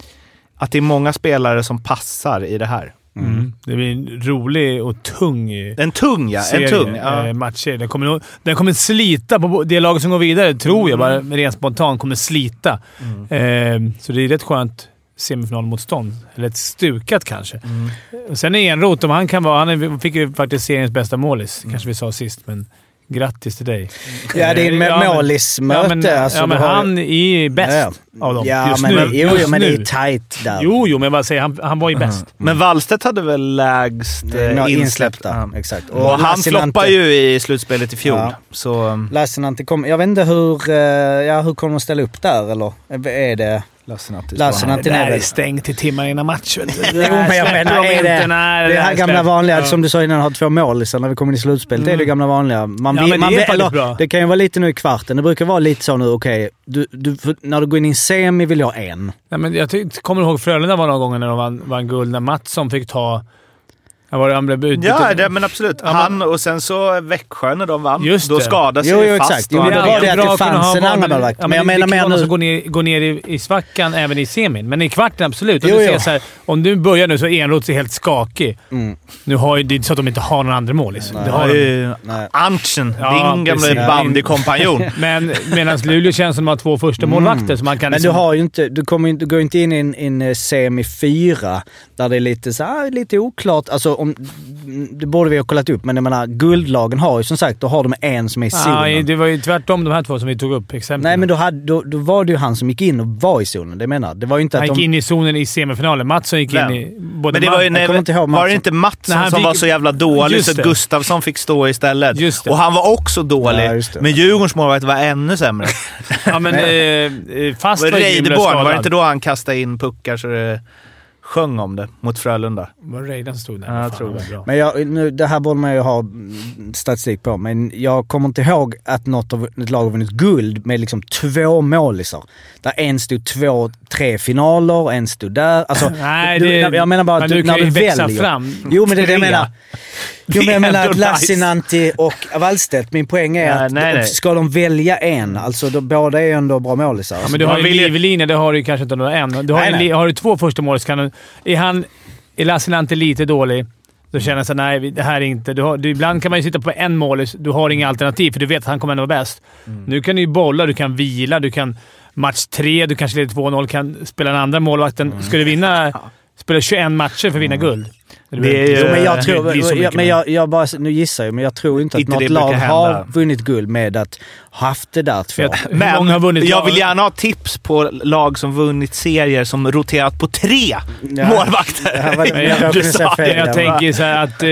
A: att det är många spelare som passar i det här.
B: Mm. Mm. Det blir en rolig och tung
A: En tung, ja.
B: serie,
A: en tung, ja.
B: match. Den kommer, den kommer slita på det laget som går vidare, tror mm. jag. Bara rent spontant kommer slita. Mm. Eh, så det är rätt skönt semifinalmotstånd. Eller ett stukat kanske. Mm. Och sen är Enroth, om han kan vara... Han fick ju faktiskt seriens bästa målis. Mm. Kanske vi sa sist, men... Grattis till dig.
F: Ja, det är en ja, målismöte.
B: Ja, men,
F: alltså,
B: ja, men
F: har...
B: han är bäst ja. av dem.
F: Ja,
B: just
F: men,
B: nu.
F: Jo,
B: just
F: men
B: nu.
F: det är tajt där.
B: Jo, jo, men vad säger han? Han var ju bäst. Mm.
A: Men Wallstedt hade väl lägst
F: mm.
A: insläppta.
F: insläppta. Ja. Exakt.
A: Och, och han floppar ju i slutspelet i fjol. Ja. Så...
F: Lassinantti kom... Jag vet inte hur... Ja, hur kommer de ställa upp där, eller? Är det...
A: Lassinantti.
F: Lassinantti
B: det där är stängt till timmar innan matchen.
F: Jo, men jag menar, är det,
B: när,
F: det, det här gamla
B: släpp.
F: vanliga,
B: ja.
F: som du sa innan, har två mål liksom, när vi kommer i slutspelet. Mm. Det är det gamla vanliga. Man
B: ja,
F: vill,
B: men
F: man
B: det,
F: vill,
B: är
F: eller,
B: bra.
F: Det kan ju vara lite nu i kvarten. Det brukar vara lite så nu, okej, okay, du, du, när du går in i en semi vill jag ha en.
B: Ja, men jag tyck, kommer ihåg Frölunda var några gånger när de vann, vann guld, när Mattsson fick ta... Var det, han blev utbytt.
A: Ja, det, men absolut. Ja, han och sen så Växjö när de vann.
B: Just
A: då skadade sig
F: jo, jo,
A: fast.
F: Exakt. Jo, men då var det att det fanns en annan målvakt.
B: Ja, men, men jag menar mer nu... Går ner, går ner i, i svackan även i semin. Men i kvarten absolut. Om,
F: jo,
B: du
F: jo.
B: ser så här, om du börjar nu så är Enroth helt skakig.
F: Mm.
B: Nu har ju, det är inte så att de inte har någon andra målis.
A: Det har ju Antjen, ja, din gamla bandykompanjon.
B: Men medan Luleå känns som att de har två första mm. målvakter. Så man kan
F: men
B: liksom...
F: du har ju inte... Du, kommer, du går inte in i en, in semi fyra där det är lite, så här, lite oklart. Alltså om... Det borde vi ha kollat upp, men jag menar, guldlagen har ju som sagt, då har de en som är i zonen.
B: Ja, det var ju tvärtom de här två som vi tog upp exempel.
F: Nej, men då, hade, då, då var det ju han som gick in och var i zonen, det menar det var ju inte
B: han
F: att
B: gick
F: de...
B: in i zonen i semifinalen. Mattsson gick
A: Vem?
B: in i... Både
A: men det var ju nej,
F: inte ihåg
A: var det inte Mattsson som fick... var så jävla dålig så Gustafsson fick stå istället?
B: Just det.
A: Och han var också dålig. Ja, men Djurgårdens målvakt var ännu sämre.
B: Ja, men eh, fast
A: var Reideborn, var det inte då han kastade in puckar så det... sjöng om det mot Frölunda.
B: Var Reiden stod där?
A: Ja, jag tror det.
F: Men jag, nu, det här borde man ju ha statistik på, men jag kommer inte ihåg att något av ett lag har vunnit guld med liksom två målisar. Där en stod två, tre finaler, en stod där. Alltså,
B: nej,
F: du,
B: det,
F: jag menar bara att du, när du väljer.
B: Fram.
F: Jo, men det är det jag menar. Jo, men jag menar att Lassinantti och Wallstedt, min poäng är nej, att nej, nej. ska de välja en, alltså då, båda är ändå bra målisar.
B: Ja, men du har ju livlinje, det har du kanske inte några en. Du har, nej, nej. har du två första målis kan du... Är, han, är Lassinantti lite dålig, då känner jag så nej, det här är inte... Du har, du, ibland kan man ju sitta på en målis, du har inga alternativ, för du vet att han kommer ändå vara bäst. Mm. Nu kan du ju bolla, du kan vila, du kan... Match tre, du kanske leder två noll, kan spela den andra målvakten. Mm. Ska du vinna... Spela tjugoen matcher för att vinna mm. guld. Det är ju,
F: jo, men jag tror, det är jag, men jag, jag bara, nu gissar jag, men jag tror inte att inte något lag har vunnit guld med att haft det där två.
A: Men många har vunnit jag vill gärna ha tips på lag som vunnit serier som roterat på tre ja. målvakter.
F: Ja, jag, jag,
B: jag, fel, jag tänker så här att,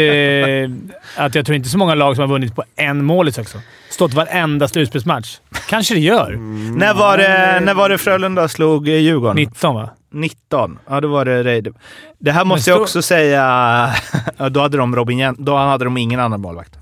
B: eh, att jag tror inte så många lag som har vunnit på en målis också. Stått varenda slutspelsmatch. Kanske det gör.
A: Mm. När, var det, när var det Frölunda slog Djurgården?
B: nitton va?
A: nitton. Ja, då var det Reid. Det här måste stå... jag också säga... då hade de Robin Jen... Då hade de ingen annan målvakt.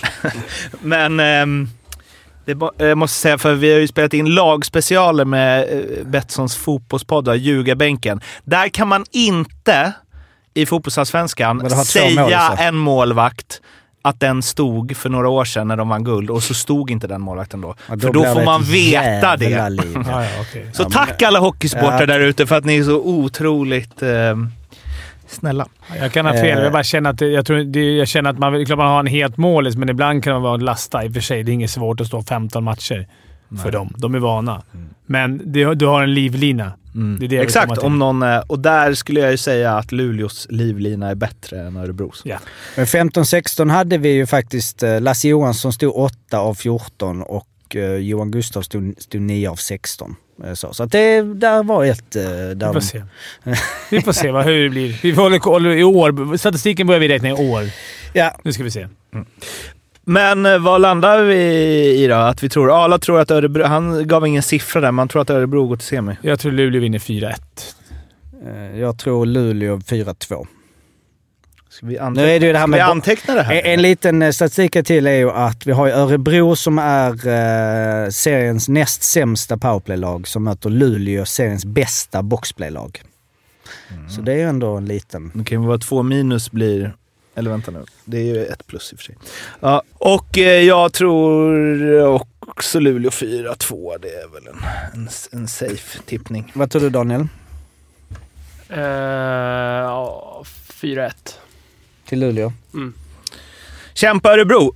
A: Men... Ähm, det jag måste säga, för vi har ju spelat in lagspecialer med äh, Betssons fotbollspoddar, Ljugarbänken. Där kan man inte i fotbollsallsvenskan säga en målvakt att den stod för några år sedan när de vann guld och så stod inte den målvakten då. Ja, då för då får man veta det.
F: Ja,
B: ja, okay.
A: Så ja, tack men, alla hockeysportare ja. där ute för att ni är så otroligt eh, snälla.
B: Jag kan ha fel. Jag bara känner att, jag tror, det, jag känner att man, klart man har en helt målis, men ibland kan man vara lasta. I och för sig, det är inget svårt att stå femton matcher Nej. för dem. De är vana. Mm. Men det, du har en livlina.
A: Mm. Det är det exakt, om någon, och där skulle jag ju säga att Luleås livlina är bättre än Örebros.
F: Ja. Men femton sexton hade vi ju faktiskt Lasse Johansson stod åtta av fjorton och uh, Johan Gustav stod, stod nio av sexton. Så, så att det där var ett... Där
B: vi får se. Vi får se vad, hur det blir. Vi får hålla koll i år. Statistiken börjar vi räkna i år.
F: Ja.
B: Nu ska vi se. Mm.
A: Men vad landar vi i då? Att vi tror, alla tror att Örebro, han gav ingen siffra där, man tror att Örebro går till semi.
B: Jag tror Luleå vinner fyra ett.
F: Jag tror Luleå fyra två.
A: Ska vi anteckna,
F: nu är det ju det här med
A: vi anteckna det här?
F: En, en liten statistik till är ju att vi har Örebro som är eh, seriens näst sämsta powerplay-lag som möter Luleå, seriens bästa boxplay-lag. Mm. Så det är ju ändå en liten...
A: Det kan ju vara två minus blir... Eller vänta nu, det är ju ett plus i och för sig. Ja, och eh, jag tror också Luleå fyra två, det är väl en, en, en safe tippning.
F: Vad tror du, Daniel?
G: Uh, ja, fyra ett.
F: Till Luleå.
G: Mm.
A: Kämpa Örebro!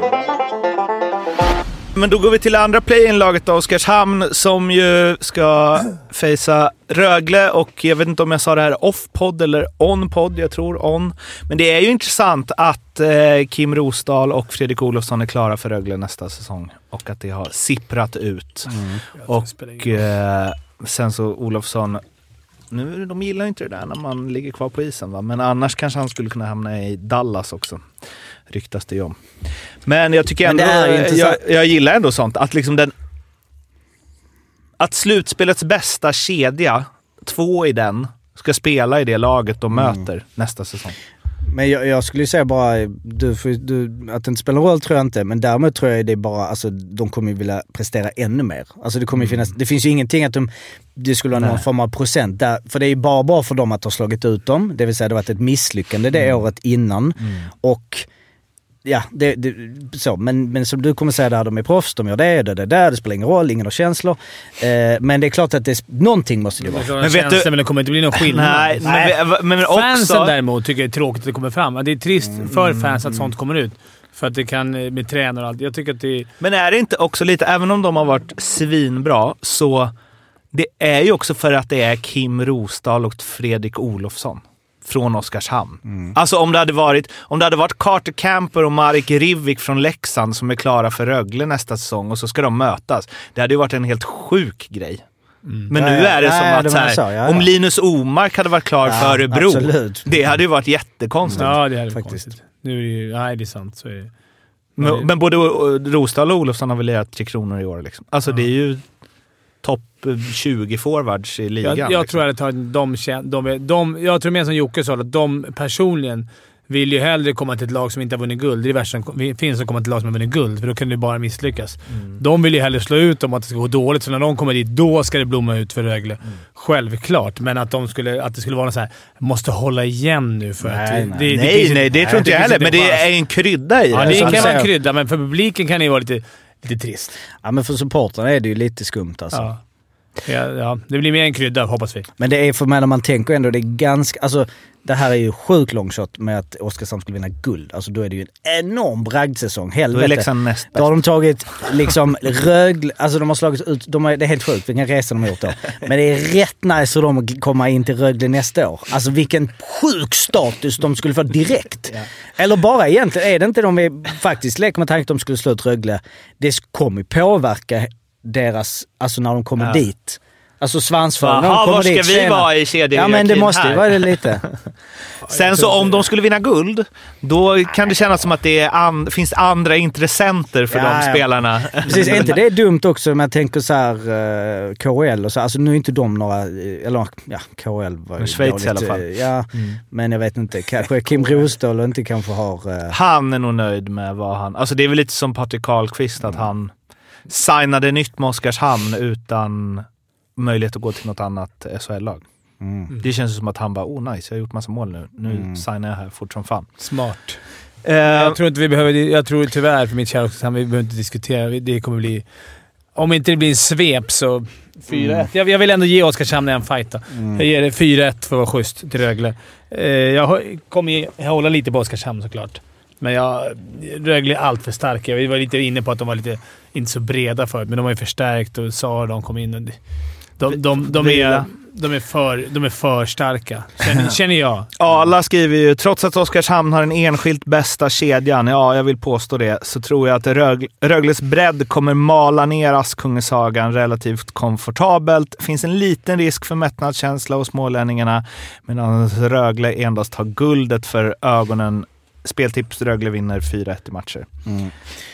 A: Men då går vi till andra play-in-laget då, Oskarshamn, som ju ska facea Rögle, och jag vet inte om jag sa det här off-podd eller on-podd, jag tror on. Men det är ju intressant att eh, Kim Rosdahl och Fredrik Olofsson är klara för Rögle nästa säsong och att det har sipprat ut. Mm. Och eh, sen så Olofsson, nu de gillar ju inte det där när man ligger kvar på isen, va? Men annars kanske han skulle kunna hamna i Dallas också. Ryktas det ju om. Men jag tycker ändå, jag, jag gillar ändå sånt. Att liksom den... Att slutspelets bästa kedja, två i den, ska spela i det laget de mm. möter nästa säsong.
F: Men jag, jag skulle säga bara, du, du, att det inte spelar roll tror jag inte, men därmed tror jag det är bara, alltså de kommer ju vilja prestera ännu mer. Alltså det kommer ju finnas, det finns ju ingenting att de, det skulle vara någon Nej. form av procent där, för det är ju bara bra för dem att ha slagit ut dem, det vill säga det har varit ett misslyckande det mm. året innan, mm. och ja, det, det, så, men, men som du kommer säga där, de är proffs, de gör det, det, det där, det spelar ingen roll, ingen har känslor. Eh, men det är klart att det, någonting måste det vara.
B: Det men, vet du, men det kommer inte bli någon skillnad.
A: Nej, nej. Men, men också...
B: Fansen däremot tycker jag är tråkigt att det kommer fram. Det är trist mm, för fans att sånt kommer ut. För att det kan med tränare och allt. Jag tycker att det är...
A: Men är det inte också lite, även om de har varit svinbra, så det är ju också för att det är Kim Rosdahl och Fredrik Olofsson från Oskarshamn. Mm. Alltså om det hade varit om det hade varit Carter Camper och Marek Rivik från Leksand som är klara för Rögle nästa säsong och så ska de mötas. Det hade ju varit en helt sjuk grej. Mm. Men ja, nu är det ja, som ja, att så här, så, ja, ja. om Linus Omark hade varit klar ja, för Örebro, absolut. Det hade ju varit jättekonstigt.
B: Ja, det hade faktiskt. Konstigt. Nu är det ju, nej, det är sant. Så är det.
A: Men, men, men både Rosdahl och Olofsson har väl lerat tre kronor i år. Liksom. Alltså ja. det är ju topp tjugo forwards i ligan.
B: Jag, jag
A: liksom.
B: tror att de, de, de, de, jag tror mer som Jocke sa, att de personligen vill ju hellre komma till ett lag som inte har vunnit guld. Det är det värsta som finns att komma till ett lag som har vunnit guld, för då kan det bara misslyckas. Mm. De vill ju hellre slå ut dem att det ska gå dåligt, så när de kommer dit, då ska det blomma ut för Rögle. Mm. Självklart, men att, de skulle, att det skulle vara så här, måste hålla igen nu för
A: nej,
B: att...
A: Nej,
B: det,
A: nej,
B: det,
A: nej,
B: det,
A: nej, det tror inte jag heller, men det är en krydda i det.
B: Ja, det kan vara en krydda, men för publiken kan det ju vara lite, lite trist.
F: Ja, men för supporterna är det ju lite skumt alltså.
B: Ja. Ja, ja, det blir mer en krydda, hoppas vi.
F: Men det är för mig när man tänker ändå, det är ganska... Alltså, det här är ju sjukt långshot med att Oskarshamn skulle vinna guld. Alltså då är det ju en enorm bragdsäsong. Helvete.
A: Liksom
F: då har de tagit liksom Rögle... Alltså de har slagit ut... De har, det är helt sjukt vilken resa de har gjort då. Men det är rätt nice för dem att komma in till Rögle nästa år. Alltså vilken sjuk status de skulle få direkt. Ja. Eller bara egentligen, är det inte de är faktiskt leker med tanke att de skulle slå ut Rögle. Det kommer påverka deras, alltså när de kommer ja. dit. Alltså svansföring.
A: Jaha, var ska vi senare. Vara i kedjan?
F: Ja, men det måste ju vara det lite.
A: Sen så om de skulle vinna guld, då kan det kännas som att det är an, finns andra intressenter för ja, de ja. spelarna.
F: Precis, är inte det är dumt också om jag tänker så här uh, K H L och så. Alltså nu är inte de några, eller ja, K H L var ju
A: Schweiz
F: dåligt,
A: i alla fall.
F: Ja, mm. Men jag vet inte. Kanske Kim Rosdahl inte kanske har... Uh...
A: Han är nog nöjd med vad han... Alltså det är väl lite som Patrik Karlqvist att mm. han signade nytt med Oskarshamn utan möjlighet att gå till något annat S H L-lag. Mm. Det känns som att han bara, oh nice, jag har gjort massa mål nu. Nu mm. signar jag här fort som fan.
B: Smart. Uh, jag tror inte vi behöver, jag tror tyvärr för mitt kära Oskarshamn, vi behöver inte diskutera. Det kommer bli, om inte det blir en svep så fyra ett. Mm. Jag, jag vill ändå ge Oskarshamn en fight då. Mm. Jag ger det fyra ett för att vara schysst till Rögle. Uh, jag kommer hålla lite på Oskarshamn såklart. Men jag, Rögle är allt för starka. Vi var lite inne på att de var lite inte så breda förut, men de har ju förstärkt och sa att de kom in. Och de, de, de, de, är, de, är för, de är för starka, känner, känner jag.
A: Alla skriver ju, trots att Oskarshamn har den enskilt bästa kedjan, ja, jag vill påstå det, så tror jag att Rögle, Rögles bredd kommer mala ner Askungesagan relativt komfortabelt. Finns en liten risk för mättnadskänsla hos smålänningarna, medan Rögle endast har guldet för ögonen speltips, Rögle vinner fyra ett i matcher.
F: Mm.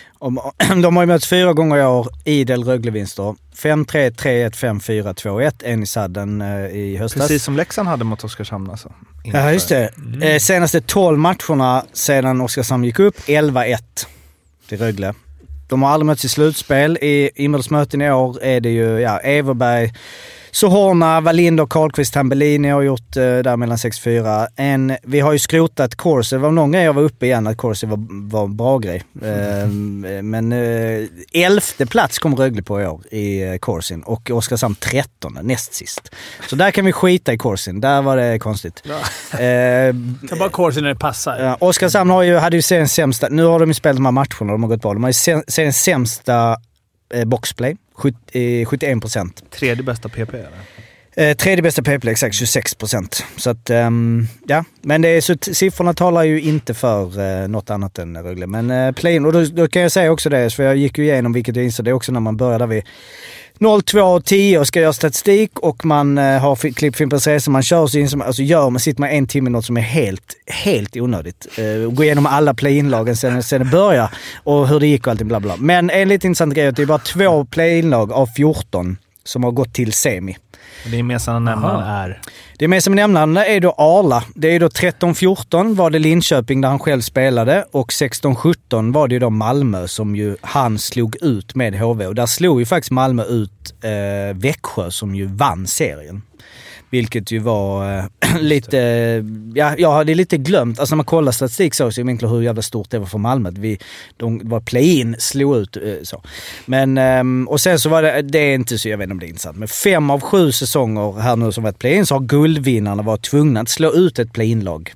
F: De har ju mötts fyra gånger i år, idel Rögle-vinster. fem tre, tre ett, fem fyra, två ett. En i sadden eh, i höstas.
A: Precis som Leksand hade mot Oskarshamn alltså.
F: Ja, just det. Mm. Eh, senaste tolv matcherna sedan Oskarshamn gick upp, elva ett till Rögle. De har aldrig mötts i slutspel. I inbördsmöten i år är det ju ja, Everberg, Sohorna, Wallinder, Karlqvist, Tambellini har gjort eh, där mellan sex fyra. En, vi har ju skrotat Corsi. Det var någon gång jag var uppe igen att Corsi var, var en bra grej. Eh, men eh, elfte plats kom Rögle på i år i eh, Corsin och Oskarshamn trettonde näst sist. Så där kan vi skita i Corsin. Där var det konstigt.
B: Ja.
F: Eh,
B: Ta bara Corsin när det passar.
F: Ja, Oskarshamn har ju, hade ju serien sämsta. Nu har de ju spelat de här matcherna. De har gått bra. De har ju serien sämsta eh, boxplay. sjuttioen procent.
A: Tredje bästa P P eller?
F: Eh, tredje bästa P P, exakt tjugosex procent. Så att, um, ja. Men det är, så t- siffrorna talar ju inte för uh, något annat än Rögle. Men uh, play-in, och då, då kan jag säga också det, för jag gick ju igenom, vilket jag insåg, det är också när man börjar vid noll två tio och ska göra statistik och man uh, har f- klippfimpens resa, man kör så in som, alltså gör man, sitter man en timme något som är helt, helt onödigt. Uh, gå igenom alla play-in-lagen sen, sen det börjar och hur det gick och allting bla bla. Men en lite intressant grej är att det är bara två play-in-lag av fjorton som har gått till semi.
A: Det är gemensamma nämnaren är...
F: Det gemensamma nämnaren är då Arla. Det är då tretton fjorton var det Linköping där han själv spelade och sexton sjutton var det ju då Malmö som ju han slog ut med H V. Och där slog ju faktiskt Malmö ut eh, Växjö som ju vann serien. Vilket ju var eh, lite... Ja, jag hade lite glömt. Alltså när man kollar statistik så är det egentligen hur jävla stort det var för Malmö. Vi, de var play-in, slog ut eh, så. Men, eh, och sen så var det... Det är inte så, jag vet inte om det är intressant. Men fem av sju säsonger här nu som varit play-in så har guldvinnarna varit tvungna att slå ut ett play-in-lag.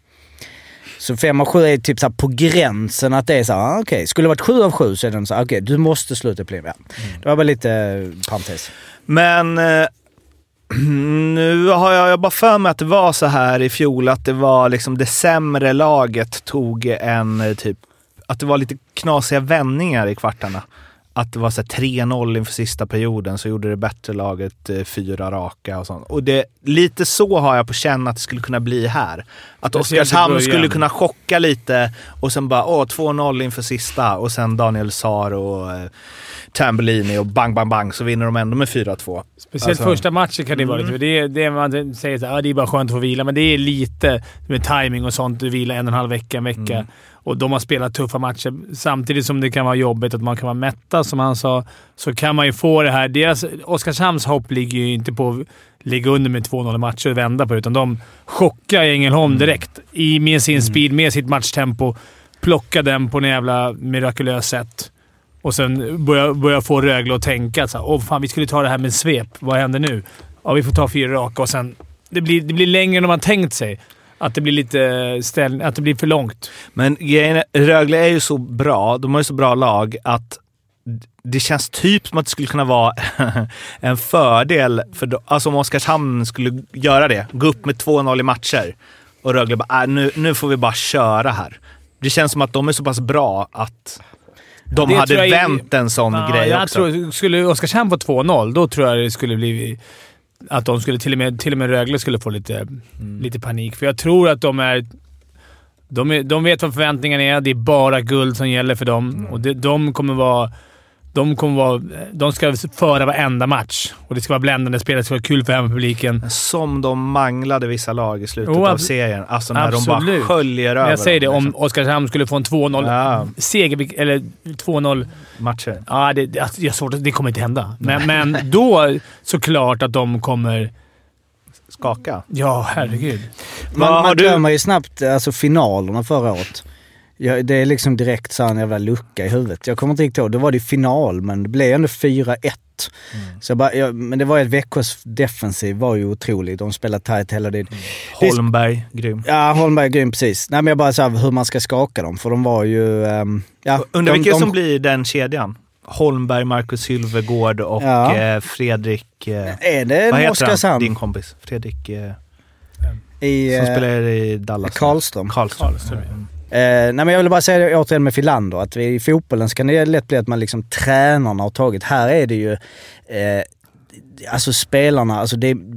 F: Så fem av sju är typ så här på gränsen att det är så här, okej. Okay. Skulle det varit sju av sju så är det så här, okej, okay, du måste sluta play-in. Ja. Mm. Det var bara lite eh, parentes.
A: Men... Eh... Nu har jag bara för mig att det var så här i fjol att det var liksom det sämre laget tog en typ, att det var lite knasiga vändningar i kvartarna. Att det var så här tre noll inför sista perioden så gjorde det bättre laget eh, fyra raka och sånt. Och det, lite så har jag på känn att det skulle kunna bli här. Att Oskarshamn skulle kunna chocka lite och sen bara åh, två noll inför sista och sen Daniel Saar och eh, Tambellini och bang bang bang så vinner de ändå med fyra två.
B: Speciellt
A: alltså,
B: första matchen kan det vara lite. Det är det man säger att ah, det är bara skönt att få vila, men det är lite med timing och sånt. Du vilar en och en halv vecka, en vecka. Mm. Och de har spelat tuffa matcher. Samtidigt som det kan vara jobbigt att man kan vara mätta, som han sa, så kan man ju få det här. Deras Oskarshamns hopp ligger ju inte på att ligga under med två noll matcher och vända på, utan de chockar Ängelholm direkt i med sin speed, med sitt matchtempo. Plockar den på en jävla mirakulös sätt. Och sen börjar börja få Rögle att tänka så här, åh fan, vi skulle ta det här med svep. Vad händer nu? Ja, vi får ta fyra raka och sen... Det blir, det blir längre än man tänkt sig. Att det blir lite ställ, att det blir för långt.
A: Men Rögle är ju så bra, de har ju så bra lag att det känns typ som att det skulle kunna vara en fördel för, alltså om Oskarshamn skulle göra det, gå upp med två noll i matcher och Rögle bara, äh, nu, nu får vi bara köra här. Det känns som att de är så pass bra att de ja, hade vänt är, en sån ja, grej
B: jag
A: också.
B: Tror, skulle Oskarshamn få två noll, då tror jag det skulle bli att de skulle till och med, till och med Rögle skulle få lite, mm. lite panik. För jag tror att de är, de är... De vet vad förväntningarna är. Det är bara guld som gäller för dem. Mm. Och det, de kommer vara... De kommer vara... De ska föra varenda match. Och det ska vara bländande spel. Det ska vara kul för hempubliken.
A: Som de manglade vissa lag i slutet oh, av serien. Alltså när
B: absolut.
A: de bara sköljer över.
B: Jag säger
A: dem,
B: det,
A: liksom.
B: om Oskarshamn skulle få en två noll ja. seger, eller två noll
A: matcher.
B: Ja, det, det, jag såg att det kommer inte hända. Men, men då såklart att de kommer...
A: Skaka.
B: Ja, herregud.
F: Man, man glömmer ju snabbt alltså finalerna förra året. Ja, det är liksom direkt så en jävla lucka i huvudet. Jag kommer inte riktigt ihåg. Det var det final, men det blev ändå fyra ett. Mm. Så bara, ja, men det var ett veckors defensiv var ju otroligt. De spelade tight hela tiden. Mm.
A: Holmberg, grym.
F: Ja, Holmberg, grym, precis. Nej, men jag bara sa hur man ska skaka dem. För de var ju... Um, ja,
A: Undrar
F: de,
A: vilken
F: de,
A: som blir den kedjan? Holmberg, Marcus Hylvegård och ja. eh, Fredrik... Eh,
F: är det
A: vad
F: heter
A: heter
F: han?
A: Din kompis. Fredrik... Eh,
F: i,
A: som uh, spelar i Dallas.
F: Karlström.
A: Karlström.
F: Karlström. Mm. Eh, nej men jag vill bara säga det återigen med Filander, att vi, i fotbollen så kan det lätt bli att man liksom tränarna har tagit. Här är det ju eh, alltså spelarna, alltså det,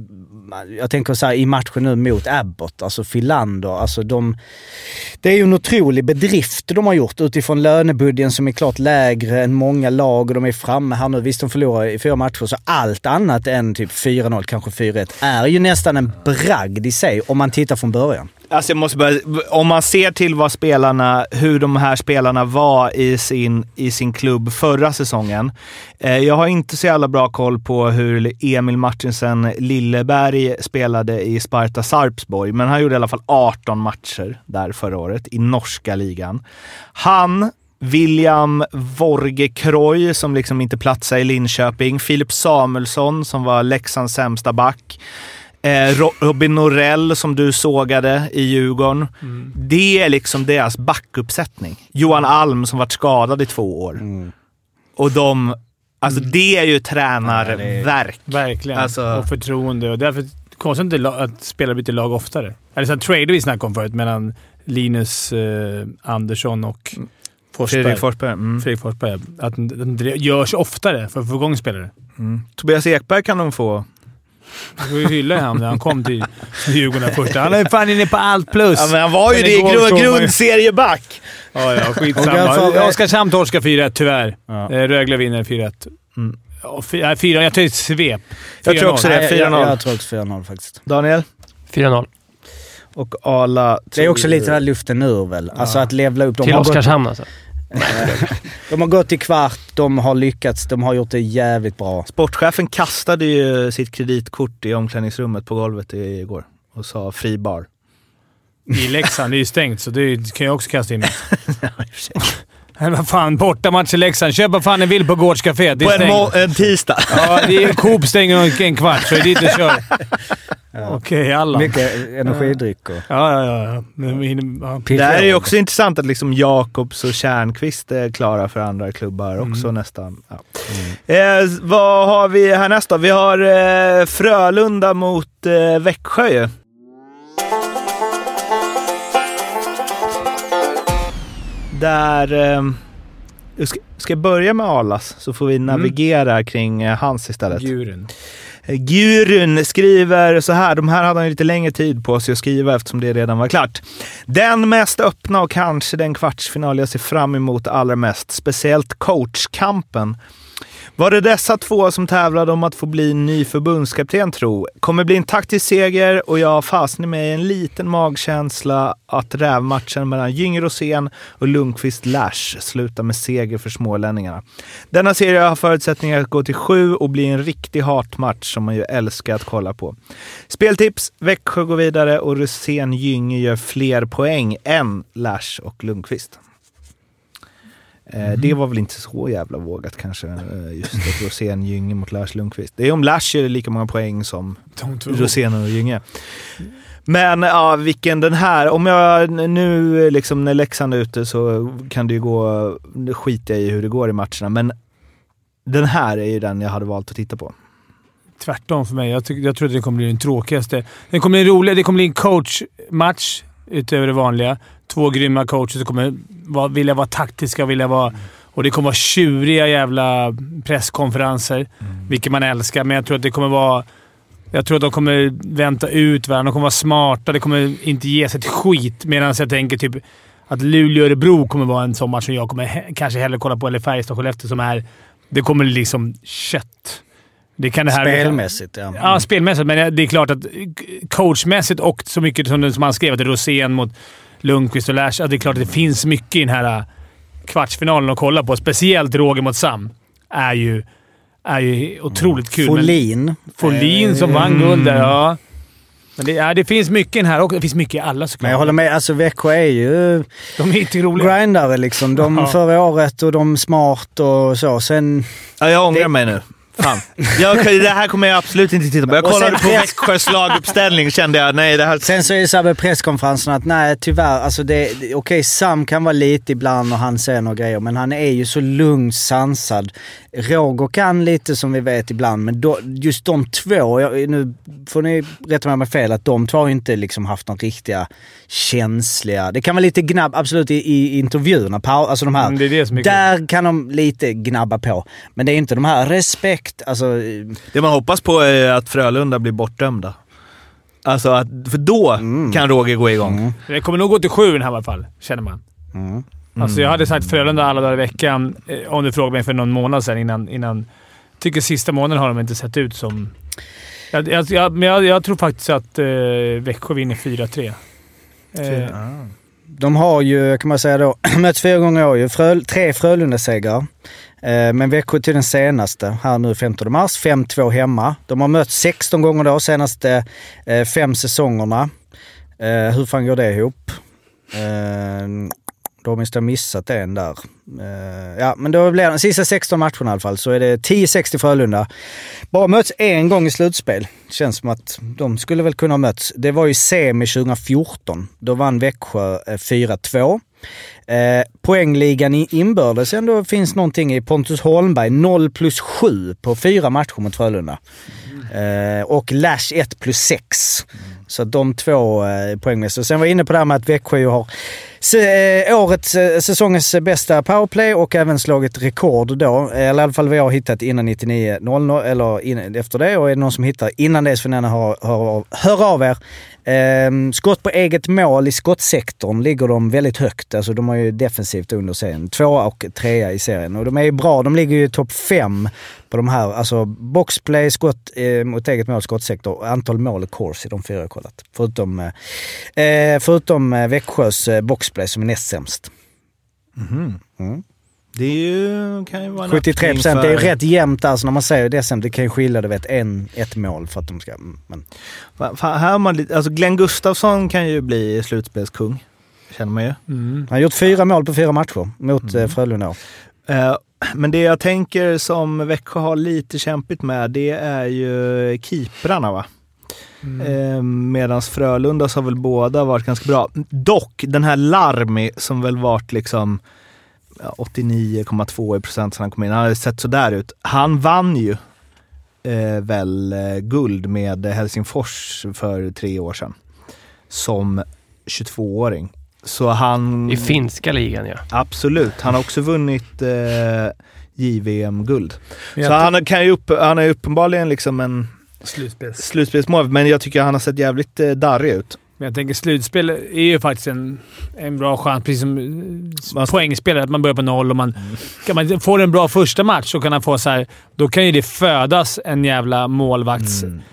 F: jag tänker så här, i matchen nu mot Abbott, alltså Philander, alltså de, det är ju en otrolig bedrift de har gjort utifrån lönebudgen som är klart lägre än många lag och de är framme här nu. Visst, de förlorar i fyra matcher, så allt annat än typ fyra noll, kanske fyra ett är ju nästan en bragd i sig om man tittar från början.
A: Alltså jag måste bara, om man ser till vad spelarna, hur de här spelarna var i sin, i sin klubb förra säsongen. Eh, jag har inte så jävla bra koll på hur Emil Martinsen Lilleberg spelade i Sparta Sarpsborg, men han gjorde i alla fall arton matcher där förra året i norska ligan. Han, William Vorgekroy som liksom inte platsade i Linköping, Filip Samuelsson som var Leksands sämsta back, Eh, Robin Norell som du sågade i Djurgården. Mm. Det är liksom deras backuppsättning. Johan Alm som varit skadad i två år. Mm. Och de, alltså mm. det är ju tränarverk.
B: Ja, verkligen.
A: Alltså,
B: och förtroende. Och därför konstigt inte att spelare byter lag oftare. Eller så trade vi snackade om förut mellan Linus eh, Andersson och Forsberg.
A: Fredrik Forsberg. Mm.
B: Fredrik Forsberg. Att det görs oftare för att få igång spelare.
A: Mm. Tobias Ekberg kan de få.
B: Du var ju hylla han när han kom till Djurgården första. Han är fan inne på allt plus.
A: Ja, men han var ju det i grund, grundserieback.
B: Ja, ja, skitsamma. Oskarshamn torskar fyra ett tyvärr. Ja. Rögle vinner fyra ett. Mm. Ja, fyra, jag tror det är ett svep.
A: Jag tror också det är fyra noll.
F: Jag, jag tror också fyra noll faktiskt.
A: Daniel?
G: fyra noll.
A: Och Ala...
F: Det är också lite där luften ur väl. Alltså ja. Att levla upp. De
G: till Oskarshamn alltså.
F: De har gått i kvart, de har lyckats, de har gjort det jävligt bra.
A: Sportchefen kastade ju sitt kreditkort i omklädningsrummet på golvet igår och sa fri bar.
B: I Leksand, det är ju stängt så det kan jag också kasta in. Vad fan, borta match i Leksand. Köp vad fan ni vill på Gårdscafé. Det är
A: på en, må- en tisdag.
B: Ja, det är Coop stänger en kvart så är det dit du kör. Ja. Okej, okay, alla.
F: Mycket energidryck och...
B: Ja, ja, ja. Men, ja.
A: Det här är ju också intressant att liksom Jakobs och Kärnqvist är klara för andra klubbar också mm. nästan. Ja. Mm. Eh, vad har vi här nästa? Vi har eh, Frölunda mot eh, Växjö. Där... Eh, ska, ska jag börja med Alas så får vi navigera mm. kring eh, hans istället.
B: Djuren.
A: Gurun skriver så här, de här hade han lite längre tid på sig att skriva eftersom det redan var klart. Den mest öppna och kanske den kvartsfinal jag ser fram emot allra mest, speciellt coachkampen. Var det dessa två som tävlade om att få bli ny förbundskapten tro? Kommer bli en taktisk seger och jag fastnar med en liten magkänsla att rävmatchen mellan Gynge Rosén och Lundqvist Lash slutar med seger för smålänningarna. Denna serie har förutsättningar att gå till sju och bli en riktig hatmatch som man ju älskar att kolla på. Speltips, Växjö går vidare och Rosén Gynge gör fler poäng än Lash och Lundqvist. Mm. Det var väl inte så jävla vågat kanske, just att Rosén Gynge mot Lars Lundqvist. Det är om Lars gör lika många poäng som Rosén och Gynge. Men ja, vilken den här, om jag nu liksom när Leksand är ute så kan det ju gå, skita i hur det går i matcherna, men den här är ju den jag hade valt att titta på.
B: Tvärtom för mig, jag, tyck, jag tror att det kommer bli den tråkigaste. Det kommer bli rolig, det kommer bli en coachmatch utöver det vanliga. Två grymma coacher som kommer vara, vilja vara taktiska, vilja vara... Mm. Och det kommer vara tjuriga jävla presskonferenser, mm. vilket man älskar. Men jag tror att det kommer vara... Jag tror att de kommer vänta ut varandra. De kommer vara smarta. Det kommer inte ge sig ett skit. Medan jag tänker typ att Luleå-Örebro kommer vara en sån match som jag kommer he- kanske hellre kolla på. Eller Färjestad-Skellefteå som är... Det kommer liksom kött. Det kan det här
F: spelmässigt, ja.
B: Ja, spelmässigt. Men det är klart att coachmässigt och så mycket som man skrev att Rosén mot Lundqvist och Lash. Det är klart att det finns mycket i den här kvartsfinalen att kolla på. Speciellt Roger mot Sam är ju, är ju otroligt kul.
F: Folin.
B: Folin som vann guld där, ja. Men det, ja, det finns mycket i den här och det finns mycket i alla såklart.
F: Men jag håller med. Alltså Växjö är ju...
B: De är inte roliga.
F: Grindare liksom. De ja. Förra året och de smart och så. Sen...
A: Ja, jag ångrar det... mig nu. Fan. Jag, det här kommer jag absolut inte titta på. Jag kollade på Växjös laguppställning kände jag, nej det här...
F: Sen så är det så här med presskonferensen att nej tyvärr, alltså det, okej okay, Sam kan vara lite ibland och han säger några grejer, men han är ju så lugn, sansad. Roger kan lite som vi vet ibland, men då, just de två, jag, nu får ni rätta mig med fel, att de två har inte liksom haft någon riktiga känsliga, det kan vara lite gnabb, absolut i, i intervjuerna, alltså de här,
B: mm, det är det som är
F: där kul. Kan de lite gnabba på, men det är inte de här respekt, alltså...
A: Det man hoppas på är att Frölunda blir bortdömda. Alltså, att, för då
F: Mm.
A: kan Roger gå igång.
F: Mm.
B: Det kommer nog gå till sju här i alla fall, känner man.
F: Mm.
B: Alltså jag hade sagt Frölunda alla dagar i veckan eh, om du frågade mig för någon månad sedan innan... innan tycker sista månaden har de inte sett ut som... Jag, jag, jag, men jag, jag tror faktiskt att eh, Växjö vinner fyra tre. Eh,
F: De har ju, kan man säga då, mötts fyra gånger i år. Ju. Fröl, tre Frölunda-segrar. Eh, men Växjö till den senaste, här nu femtonde mars, fem två hemma. De har mötts sexton gånger då, senaste eh, fem säsongerna. Eh, hur fan går det ihop? Eh, då måste jag missat en där. Uh, ja, men då blir det de sista sexton matcherna i alla fall, så är det tio sex till Frölunda. Bara möts en gång i slutspel. Känns som att de skulle väl kunna ha möts. Det var ju semi tjugo fjorton. Då vann Växjö uh, fyra två. Uh, poängligan i inbördes ändå finns någonting i Pontus Holmberg. noll plus sju på fyra matcher mot Frölunda. Uh, och Lash ett plus sex. Så de två uh, poängmässigt. Sen var jag inne på det här med att Växjö har Se, årets, säsongens bästa powerplay och även slagit rekord då. Eller i alla fall vad jag har hittat innan nittionio noll noll eller in, efter det. Och är det någon som hittar innan det så får ni hör, hör, hör av er. Ehm, skott på eget mål i skottsektorn ligger de väldigt högt. Alltså de har ju defensivt under serien. Tvåa och trea i serien. Och de är ju bra. De ligger ju topp fem på de här. Alltså boxplay, skott eh, mot eget mål, skottsektor. Antal mål och course i de fyra jag kollat. Förutom, eh, förutom eh, Växjös eh, boxplay som är näst sämst.
A: Mm.
F: Mm.
A: Det är ju, kan ju vara en
F: sjuttiotre procent,
A: för...
F: det är ju rätt jämnt alltså när man säger det sen. Det kan ju skilja, du vet, en, ett mål för att de ska... Men...
A: Fan, här har man lite, alltså Glenn Gustafsson kan ju bli slutspelskung, känner man ju.
B: mm.
F: Han har gjort fyra mål på fyra matcher mot mm. Frölunda.
A: Uh, men det jag tänker som Växjö har lite kämpigt med, det är ju keeprarna, va? Mm. Uh, medans Frölunda så har väl båda varit ganska bra. Dock, den här Larmi som väl varit liksom åttionio komma två procent sedan han kom in. Han hade sett så där ut. Han vann ju eh, väl eh, guld med Helsingfors för tre år sedan. Som tjugotvååring. Så han...
G: I finska ligan, ja.
A: Absolut. Han har också vunnit eh, J V M-guld. Så
B: jag
A: han kan ju upp, han är uppenbarligen liksom en
B: Slutspels.
A: slutspelsmål. Men jag tycker han har sett jävligt eh, darrig ut.
B: Men jag tänker slutspel är ju faktiskt en, en bra chans, precis som man, poängspelare, att man börjar på noll och man, mm. kan man få en bra första match så kan han få så här, då kan ju det födas en jävla målvakts
A: mm,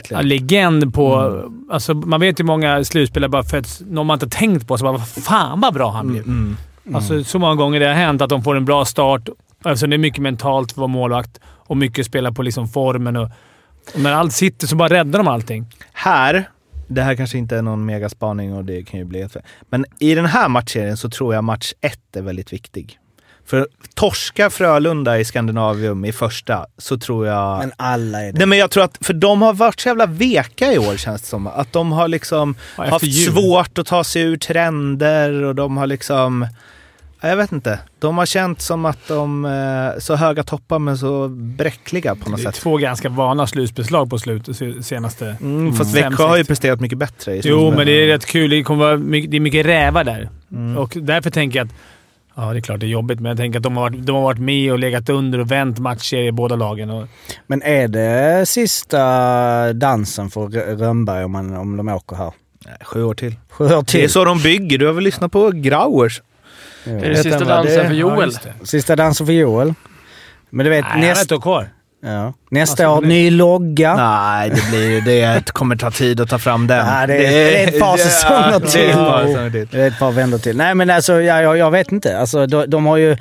B: legend på...
A: Mm.
B: Alltså, man vet ju många slutspelare bara föds, någon man inte tänkt på, så bara fan vad bra han blir.
A: Mm, mm.
B: Alltså, så många gånger det har hänt att de får en bra start. Alltså, det är mycket mentalt för att vara målvakt och mycket spela på liksom formen och, och när allt sitter så bara räddar de allting.
A: Här... Det här kanske inte är någon megaspaning och det kan ju bli ett... Men i den här matchserien så tror jag match ett är väldigt viktig. För torska Frölunda i Skandinavium i första så tror jag...
F: Men alla är det.
A: Nej, men jag tror att... För de har varit så jävla veka i år, känns det som. Att de har liksom
B: ja,
A: haft
B: jul.
A: svårt att ta sig ur trender och de har liksom... Jag vet inte. De har känt som att de är så höga toppar men så bräckliga på något
B: det är
A: sätt.
B: Två ganska vana slutspelslag på slutet senaste...
A: Mm, fast
B: fem,
A: Växjö har ju
B: sex.
A: presterat mycket bättre. I
B: Jo, men det är rätt kul. Det, kommer vara mycket, det är mycket rävar där.
A: Mm.
B: Och därför tänker jag att... Ja, det är klart det är jobbigt, men jag tänker att de har varit, de har varit med och legat under och vänt matcher i båda lagen. Och...
F: Men är det sista dansen för Rönnberg om, man, om de åker här?
A: Nej, sju år till.
F: Sju år till.
A: Det är så de bygger. Du har väl lyssnat på Grauers?
F: Ja.
G: Är det sista dansen för Joel?
B: Ja,
F: Sista dansen för Joel. Men du vet,
B: Nej, nästa...
F: nästa,
B: jag kvar.
F: ja. nästa
B: Alltså,
F: år,
B: det...
F: ny logga.
A: Nej, det blir det är ett, kommer ta tid att ta fram den.
F: Ja, det, är, det är ett par säsonger
A: ja,
F: till.
A: Det är ett par säsonger till.
F: Det är ett par vändor till. Nej, men alltså, ja, jag, jag vet inte. Alltså, de, de har ju...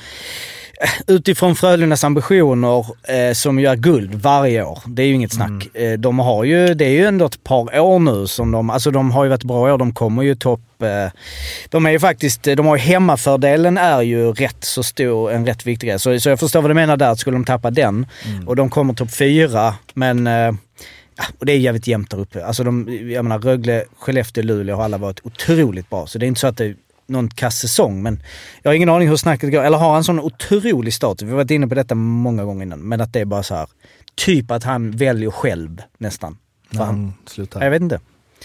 F: Utifrån Frölundas ambitioner eh, som gör guld varje år. Det är ju inget snack. Mm. Eh, de har ju, det är ju ändå ett par år nu som de, alltså de har ju varit bra år. De kommer ju topp. Eh, de är ju faktiskt, de har ju hemmafördelen är ju rätt så stor, en rätt viktig grej. Så, så jag förstår vad du menar där, skulle de tappa den. Mm. Och de kommer topp fyra, men... Eh, ja, och det är jävligt jämnt där uppe. Alltså de, jag menar, Rögle, Skellefteå, Luleå har alla varit otroligt bra. Så det är inte så att det någon kass säsong, men jag har ingen aning hur snacket går. Eller har han sån otrolig start? Vi har varit inne på detta många gånger innan, men att det är bara så här typ att han väljer själv nästan.
A: För han slutar.
F: Jag vet inte.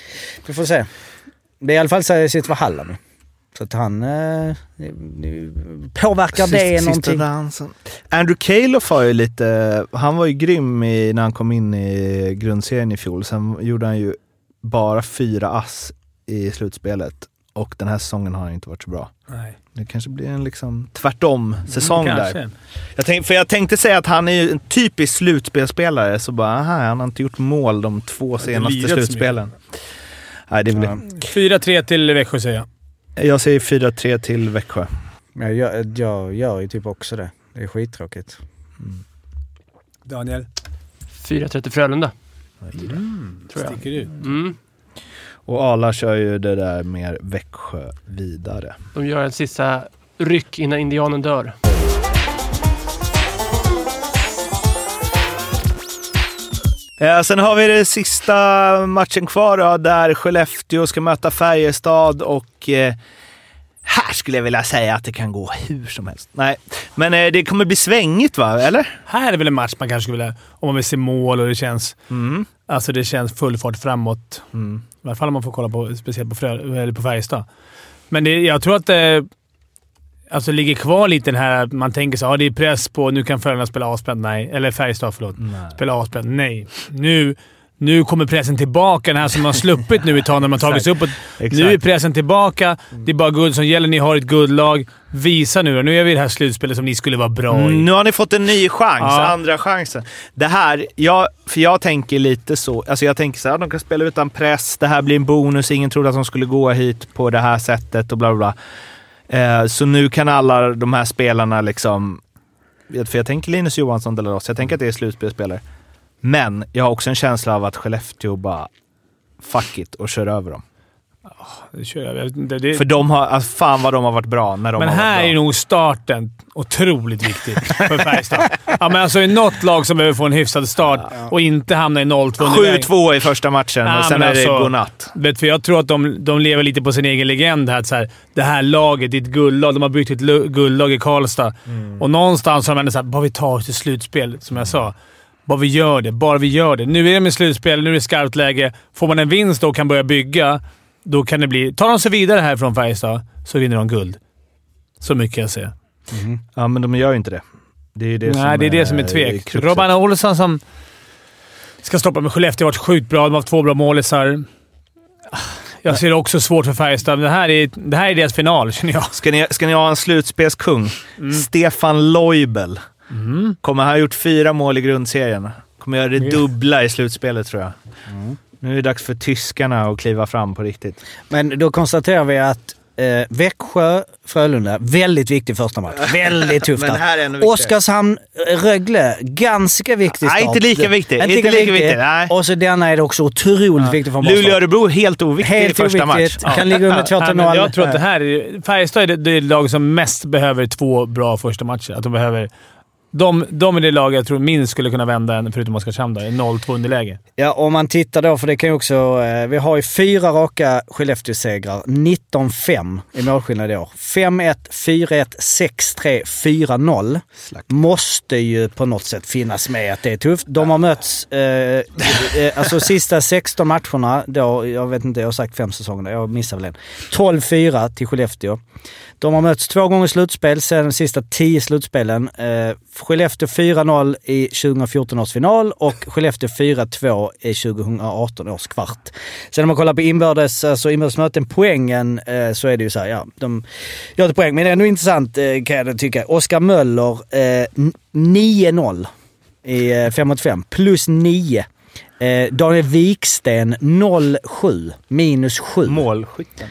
F: Vi får se. Det är i alla fall så sitt för Halland nu. Så att han eh, påverkar
A: Sist,
F: det
A: sista
F: någonting.
A: Dansen. Andrew Calof har ju lite, han var ju grym i, när han kom in i grundserien i fjol. Sen gjorde han ju bara fyra ass i slutspelet. Och den här säsongen har inte varit så bra.
B: Nej.
A: Det kanske blir en liksom tvärtom säsong
B: mm,
A: där. Jag tänk, för jag tänkte säga att han är en typisk slutspelspelare. Så bara, aha, han har inte gjort mål de två senaste slutspelen. Nej, det blir... Ja.
B: fyra tre till Växjö säger jag.
A: Jag säger fyra tre till Växjö.
F: Jag, jag, jag gör ju typ också det. Det är skittråkigt.
B: Mm. Daniel?
G: fyra tre till Frölunda.
B: Mm. Tror jag. Sticker ut.
G: Mm.
A: Och Ala kör ju det där mer Växjö vidare.
G: De gör en sista ryck innan indianen dör.
A: Ja, sen har vi det sista matchen kvar då, där Skellefteå ska möta Färjestad och eh, här skulle jag vilja säga att det kan gå hur som helst. Nej, men eh, det kommer bli svängigt va, eller?
B: Här är väl en match man kanske skulle vilja, om man vill se mål och det känns
A: mm.
B: alltså det känns full fart framåt.
A: Mm.
B: I alla fall om man får kolla på speciellt på, Frö, eller på Färjestad. Men det, jag tror att det alltså ligger kvar lite den här, man tänker så, ja det är press på, nu kan Frölunda spela avspänd, nej. Eller Färjestad, förlåt. Nej. Spela avspänd, nej. Nu, nu kommer pressen tillbaka, den här som man har sluppit nu i tag när man tagits upp. Nu är pressen tillbaka, det är bara guld som gäller, ni har ett guldlag. Visa nu, nu är vi i det här slutspelet som ni skulle vara bra i.
A: Mm, nu har ni fått en ny chans,
B: ja.
A: andra chansen. Det här, jag, för jag tänker lite så, alltså jag tänker så här, de kan spela utan press, det här blir en bonus, ingen trodde att de skulle gå hit på det här sättet och bla bla bla. Eh, så nu kan alla de här spelarna liksom, för jag tänker Linus Johansson eller oss, jag tänker att det är slutspelspelare. Men jag har också en känsla av att Skellefteå bara fuck it och kör över dem.
B: Det kör jag. Det, det,
A: för de har, alltså fan vad de har varit bra när de
B: men
A: har varit bra. Men
B: här är nog starten otroligt viktigt för Färjestad. Ja, men alltså är något lag som behöver få en hyfsad start ja. och inte hamna i noll två
A: sju två i första matchen ja, och sen är alltså, det godnatt.
B: Vet, för jag tror att de, de lever lite på sin egen legend här. Så här det här laget, ditt guldlag, de har byggt ett guldlag i Karlstad. Mm. Och någonstans har de ändå sagt bara vi tar oss till slutspel, som jag sa. Bara vi gör det. Bara vi gör det. Nu är det med slutspel, nu är det skarpt läge. Får man en vinst då och kan börja bygga, då kan det bli... Tar de sig vidare här från Färjestad så vinner de guld. Så mycket jag ser.
A: Mm. Ja, men de gör ju inte det. Det är det
B: Nej,
A: som
B: det är det som är tvek. Robban Olsson som ska stoppa med Skellefteå har varit sjukt bra. De har haft två bra målisar. Jag ser det också svårt för Färjestad. Det här är, det här är deras final, känner jag.
A: Ska ni, ska ni ha en slutspelskung? Mm. Stefan Leubel. Mm. Kommer ha gjort fyra mål i grundserien. Kommer göra det dubbla i slutspelet, tror jag. Mm. Nu är det dags för tyskarna att kliva fram på riktigt.
F: Men då konstaterar vi att eh, Växjö, Frölunda, väldigt viktig första match. Väldigt tufft. Oskarshamn, Rögle, ganska viktig start.
A: Nej, inte lika viktig. Inte, inte lika viktig. viktig. Nej.
F: Och så denna är det också otroligt ja. viktig för
A: Luleå Örebro, helt oviktig
F: helt
A: i första
F: oviktigt.
A: match.
F: Kan ligga under två till noll.
B: Jag tror att det här är... Färjestad är det, det lag som mest behöver två bra första matcher. Att de behöver... De, de är det lag jag tror minst skulle kunna vända en, förutom Oskarshamn, i noll två underläge.
F: Ja, om man tittar då, för det kan ju också... Eh, vi har ju fyra raka Skellefteå-segrar. nitton fem i målskillnad i år. fem ett, fyra ett, sex tre, fyra noll. Slack. Måste ju på något sätt finnas med att det är tufft. De har mötts... Eh, eh, alltså sista sexton matcherna, då, jag vet inte, jag har sagt fem säsonger, jag missar väl en. tolv fyra till Skellefteå. De har mötts två gånger slutspel, sen de sista tio slutspelen. Eh, Skellefteå fyra noll i tjugohundrafjorton års final och Skellefteå fyra två i tjugohundraarton års kvart. Sen om man kollar på inbördes, alltså inbördesmöten, poängen, eh, så är det ju så här, ja, de gör ett poäng. Men det är ändå intressant eh, kan jag tycka. Oskar Möller, eh, nio noll i eh, fem mot fem, plus nio. Eh, Daniel Wiksten, noll sju, minus sju.
A: Målskytten.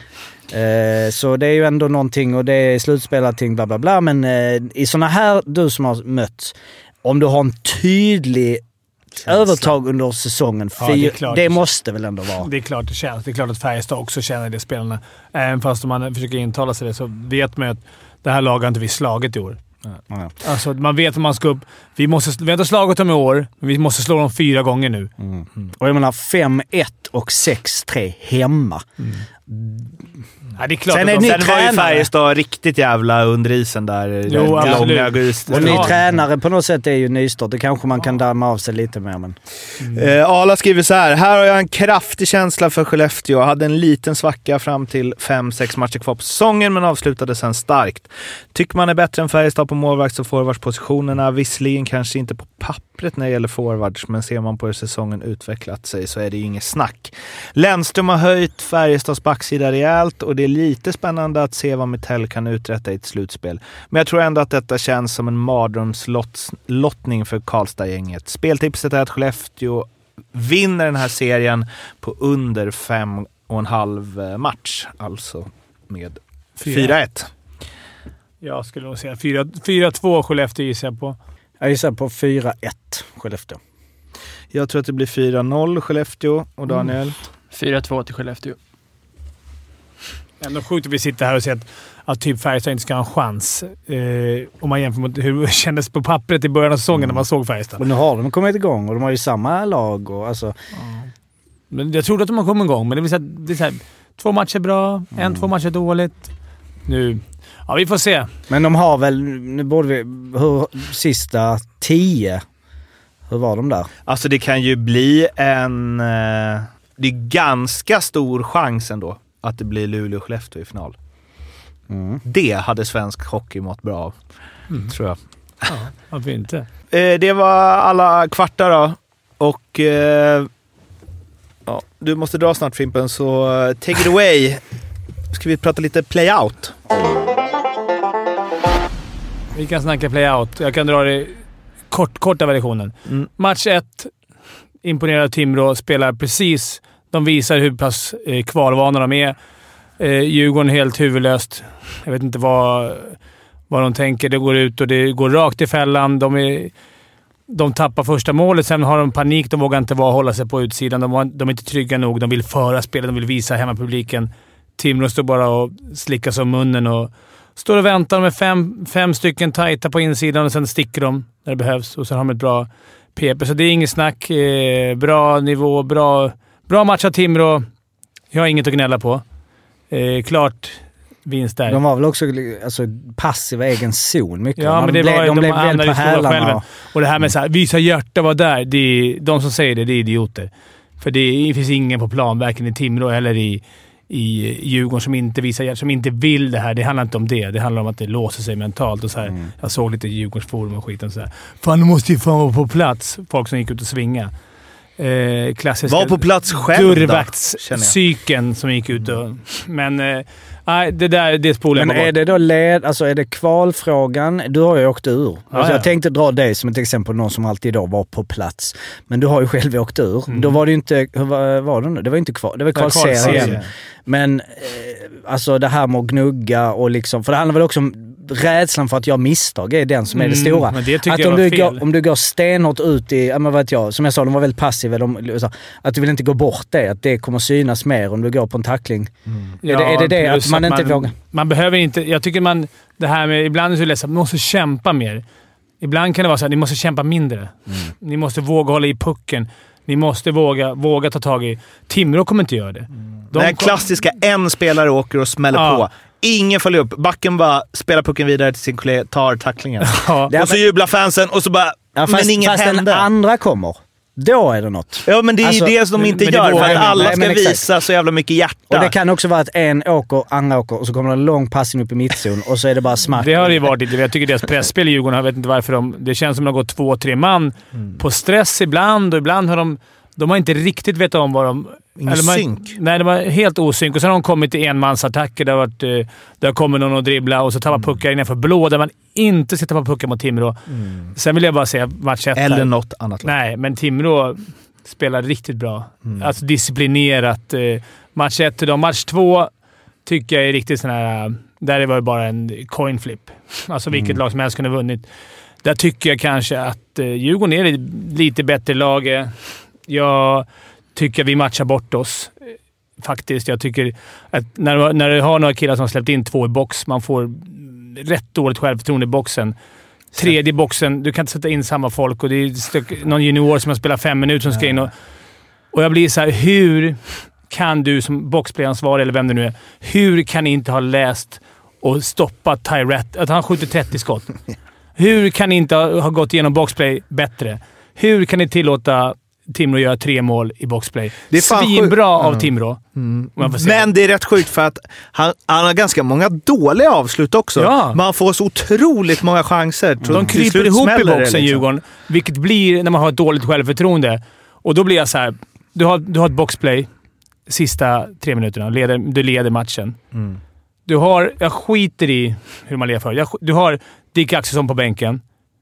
F: Eh, så det är ju ändå någonting, och det är slutspelarting bla bla bla, men eh, i såna här, du som har mött, om du har en tydlig känsla. Övertag under säsongen, ja, det, klart, det måste väl ändå vara.
B: Det är klart det känns. Det är klart att Färjestad också känner det, spelarna. Även fast om man försöker intala sig det, så vet man att det här laget inte vi slagit i år. Ja. Ja. Alltså man vet att man ska upp. Vi, måste, vi har inte slagit dem i år, men vi måste slå dem fyra gånger nu.
F: Mm. Mm. Och jag menar fem ett och sex tre hemma. Mm.
B: Ja, det är klart
F: Sen
B: att
F: är
B: de,
F: ni
A: Sen var ju
F: tränare.
A: Färjestad riktigt jävla under isen där.
B: Jo,
A: långa
B: absolut.
A: augusti.
F: Och ny
B: Ja.
F: tränare på något sätt är ju nystart. Det kanske man kan damma av sig lite mer. Men...
A: Eh, Ala skriver så här. Här har jag en kraftig känsla för Skellefteå. Jag hade en liten svacka fram till fem sex matcher kvar på säsongen men avslutade sen starkt. Tycker man är bättre än Färjestad på målvakts- och forwardspositionerna. Visserligen kanske inte på pappret när det gäller forwards, men ser man på hur säsongen utvecklat sig så är det ju inget snack. Lennström har höjt Färjestads backsida rejält och det är lite spännande att se vad Mitell kan uträtta i ett slutspel. Men jag tror ändå att detta känns som en mardrömslottning för Karlstad-gänget. Speltipset är att Skellefteå vinner den här serien på under fem och en halv match, alltså med fyra ett.
B: Jag skulle nog säga fyra två Skellefteå gissar jag på.
F: Jag gissar på fyra ett Skellefteå.
A: Jag tror att det blir fyra noll Skellefteå och Daniel. Mm.
G: fyra två till Skellefteå.
B: Ändå sjukt att vi sitter här och ser att, att typ Färjestad inte ska ha en chans. Eh, om man jämför med hur det kändes på pappret i början av säsongen mm. när man såg Färjestad.
F: Och nu har de kommit igång och de har ju samma lag. Och, alltså...
B: ja. Men jag trodde att de har kommit igång, men det är så här, det är så här, två matcher bra, en, mm. två matcher dåligt. Nu... Ja, vi får se.
F: Men de har väl... Nu borde vi... Hur, sista tio... Hur var de där?
A: Alltså det kan ju bli en... Eh, det är ganska stor chans ändå att det blir Luleå-Skellefteå i final. Mm. Det hade svensk hockey mått bra av, mm. tror jag.
B: Ja, varför inte?
A: Eh, det var alla kvartar då. Och... Eh, ja, du måste dra snart, Fimpen, så take it away. Ska vi prata lite playout?
B: Vi kan snacka playout. Jag kan dra det kort, korta versionen. Mm. Match ett. Imponerad Timrå. Spelar precis. De visar hur pass eh, kvalvana de är. Eh, Djurgården helt huvudlöst. Jag vet inte vad, vad de tänker. Det går ut och det går rakt i fällan. De, är, de tappar första målet. Sen har de panik. De vågar inte vara hålla sig på utsidan. De, var, de är inte trygga nog. De vill föra spelet. De vill visa hemmapubliken. Timrå står bara och slickar sig om munnen och står och väntar med fem, fem stycken tajta på insidan och sen sticker de när det behövs. Och sen har de ett bra P P. Så det är inget snack. Eh, bra nivå, bra, bra match av Timrå. Jag har inget att gnälla på. Eh, klart vinst där.
F: De var väl också alltså, passiva egen zon mycket.
B: Ja, men det
F: blev,
B: var,
F: de
B: de
F: blev väl på hälarna. Och...
B: och det här med så här, visa hjärta var där. Det är, de som säger det, det är idioter. För det finns ingen på plan, varken i Timrå eller i i Djurgården som inte visar, som inte vill det här. Det handlar inte om det. Det handlar om att det låser sig mentalt. Och så här. Mm. Jag såg lite Djurgårdsforum och skiten så här. Fan, du måste ju fan vara på plats. Folk som gick ut och svinga. Eh, klassiska...
A: Var på plats själv
B: dörrvaktspsyken som gick ut och... Men nej, eh, det där det spolar
F: Men är det då led, alltså är det kvalfrågan? Du har ju åkt ur.
B: Ja,
F: alltså
B: ja.
F: Jag tänkte dra dig som ett exempel på någon som alltid då var på plats. Men du har ju själv åkt ur. Mm. Då var det ju inte... Hur var, var det nu? Det var inte kval. Det var kvalserien. Men eh, alltså det här med att gnugga och liksom... För det handlar väl också om rädslan för att jag misstag är den som är det stora.
B: Mm, men det tycker
F: att
B: jag
F: om
B: var
F: du,
B: fel.
F: går, om du går stenhårt ut i... Ja, men vad vet jag, som jag sa, de var väldigt passiva. De, så, att du vill inte gå bort det. Att det kommer synas mer om du går på en tackling. Mm. Är, ja, det, är det det att man att inte
B: man,
F: vågar?
B: Man behöver inte... Jag tycker man... Det här med... Ibland är det så lätt att man måste kämpa mer. Ibland kan det vara så att ni måste kämpa mindre. Mm. Ni måste våga hålla i pucken. Ni måste våga, våga ta tag i... Timrå kommer inte göra det. Mm. De
A: Den klassiska, en spelare åker och smäller ja. på. Ingen följer upp. Backen bara spelar pucken vidare till sin kollega, tar tacklingen. Ja. Och så jublar fansen och så bara...
F: Ja, fast,
A: men inget
F: fast
A: händer.
F: den andra kommer. Då är det något.
A: Ja, men det är alltså, det som de inte gör. För att alla nej, ska visa så jävla mycket hjärta.
F: Och det kan också vara att en åker, andra åker och så kommer det en lång passning upp i mittzon och så är det bara smack.
B: Det har det ju varit lite. Jag tycker deras pressspel i Djurgården, jag vet inte varför de... Det känns som att de har gått två, tre man mm. på stress ibland och ibland har de... De har inte riktigt vetat om vad de...
A: Ingen
B: eller man,
A: synk.
B: Nej, det var helt osynk. Och sen har de kommit till enmansattacker. Det har varit... Det har kommit någon och dribbla och så tappar mm. puckar innanför blå där man inte ska tappa puckar mot Timrå. Mm. Sen vill jag bara säga match ett.
A: Eller här. Något annat lag.
B: Nej, men Timrå spelar riktigt bra. Mm. Alltså disciplinerat. Match ett till dem. Match två tycker jag är riktigt sån här... Där var det bara en coin flip. Alltså vilket mm. lag som helst kunde ha vunnit. Där tycker jag kanske att Djurgården är lite bättre lag. Jag tycker vi matchar bort oss. Faktiskt. Jag tycker att när, när du har några killar som har släppt in två i box, man får rätt dåligt självförtroende i boxen. Tredje boxen, du kan inte sätta in samma folk och det är någon junior som har spelat fem minuter som ska in. Och, och jag blir så här, hur kan du som boxplayansvarig eller vem det nu är, hur kan ni inte ha läst och stoppat Tyrett? Att han skjuter trettio skott. Hur kan ni inte ha, ha gått igenom boxplay bättre? Hur kan ni tillåta Timrå göra tre mål i boxplay? Det är svinbra av mm. Timrå.
A: Mm. Men det är rätt sjukt för att han, han har ganska många dåliga avslut också.
B: Ja.
A: Man får så otroligt många chanser.
B: De kryper ihop i boxen, liksom. Djurgården. Vilket blir när man har ett dåligt självförtroende. Och då blir jag så här. Du har, du har ett boxplay sista tre minuterna. Leder, du leder matchen. Mm. Du har... Jag skiter i hur man leder för. Jag, du har Dick Axelsson på bänken.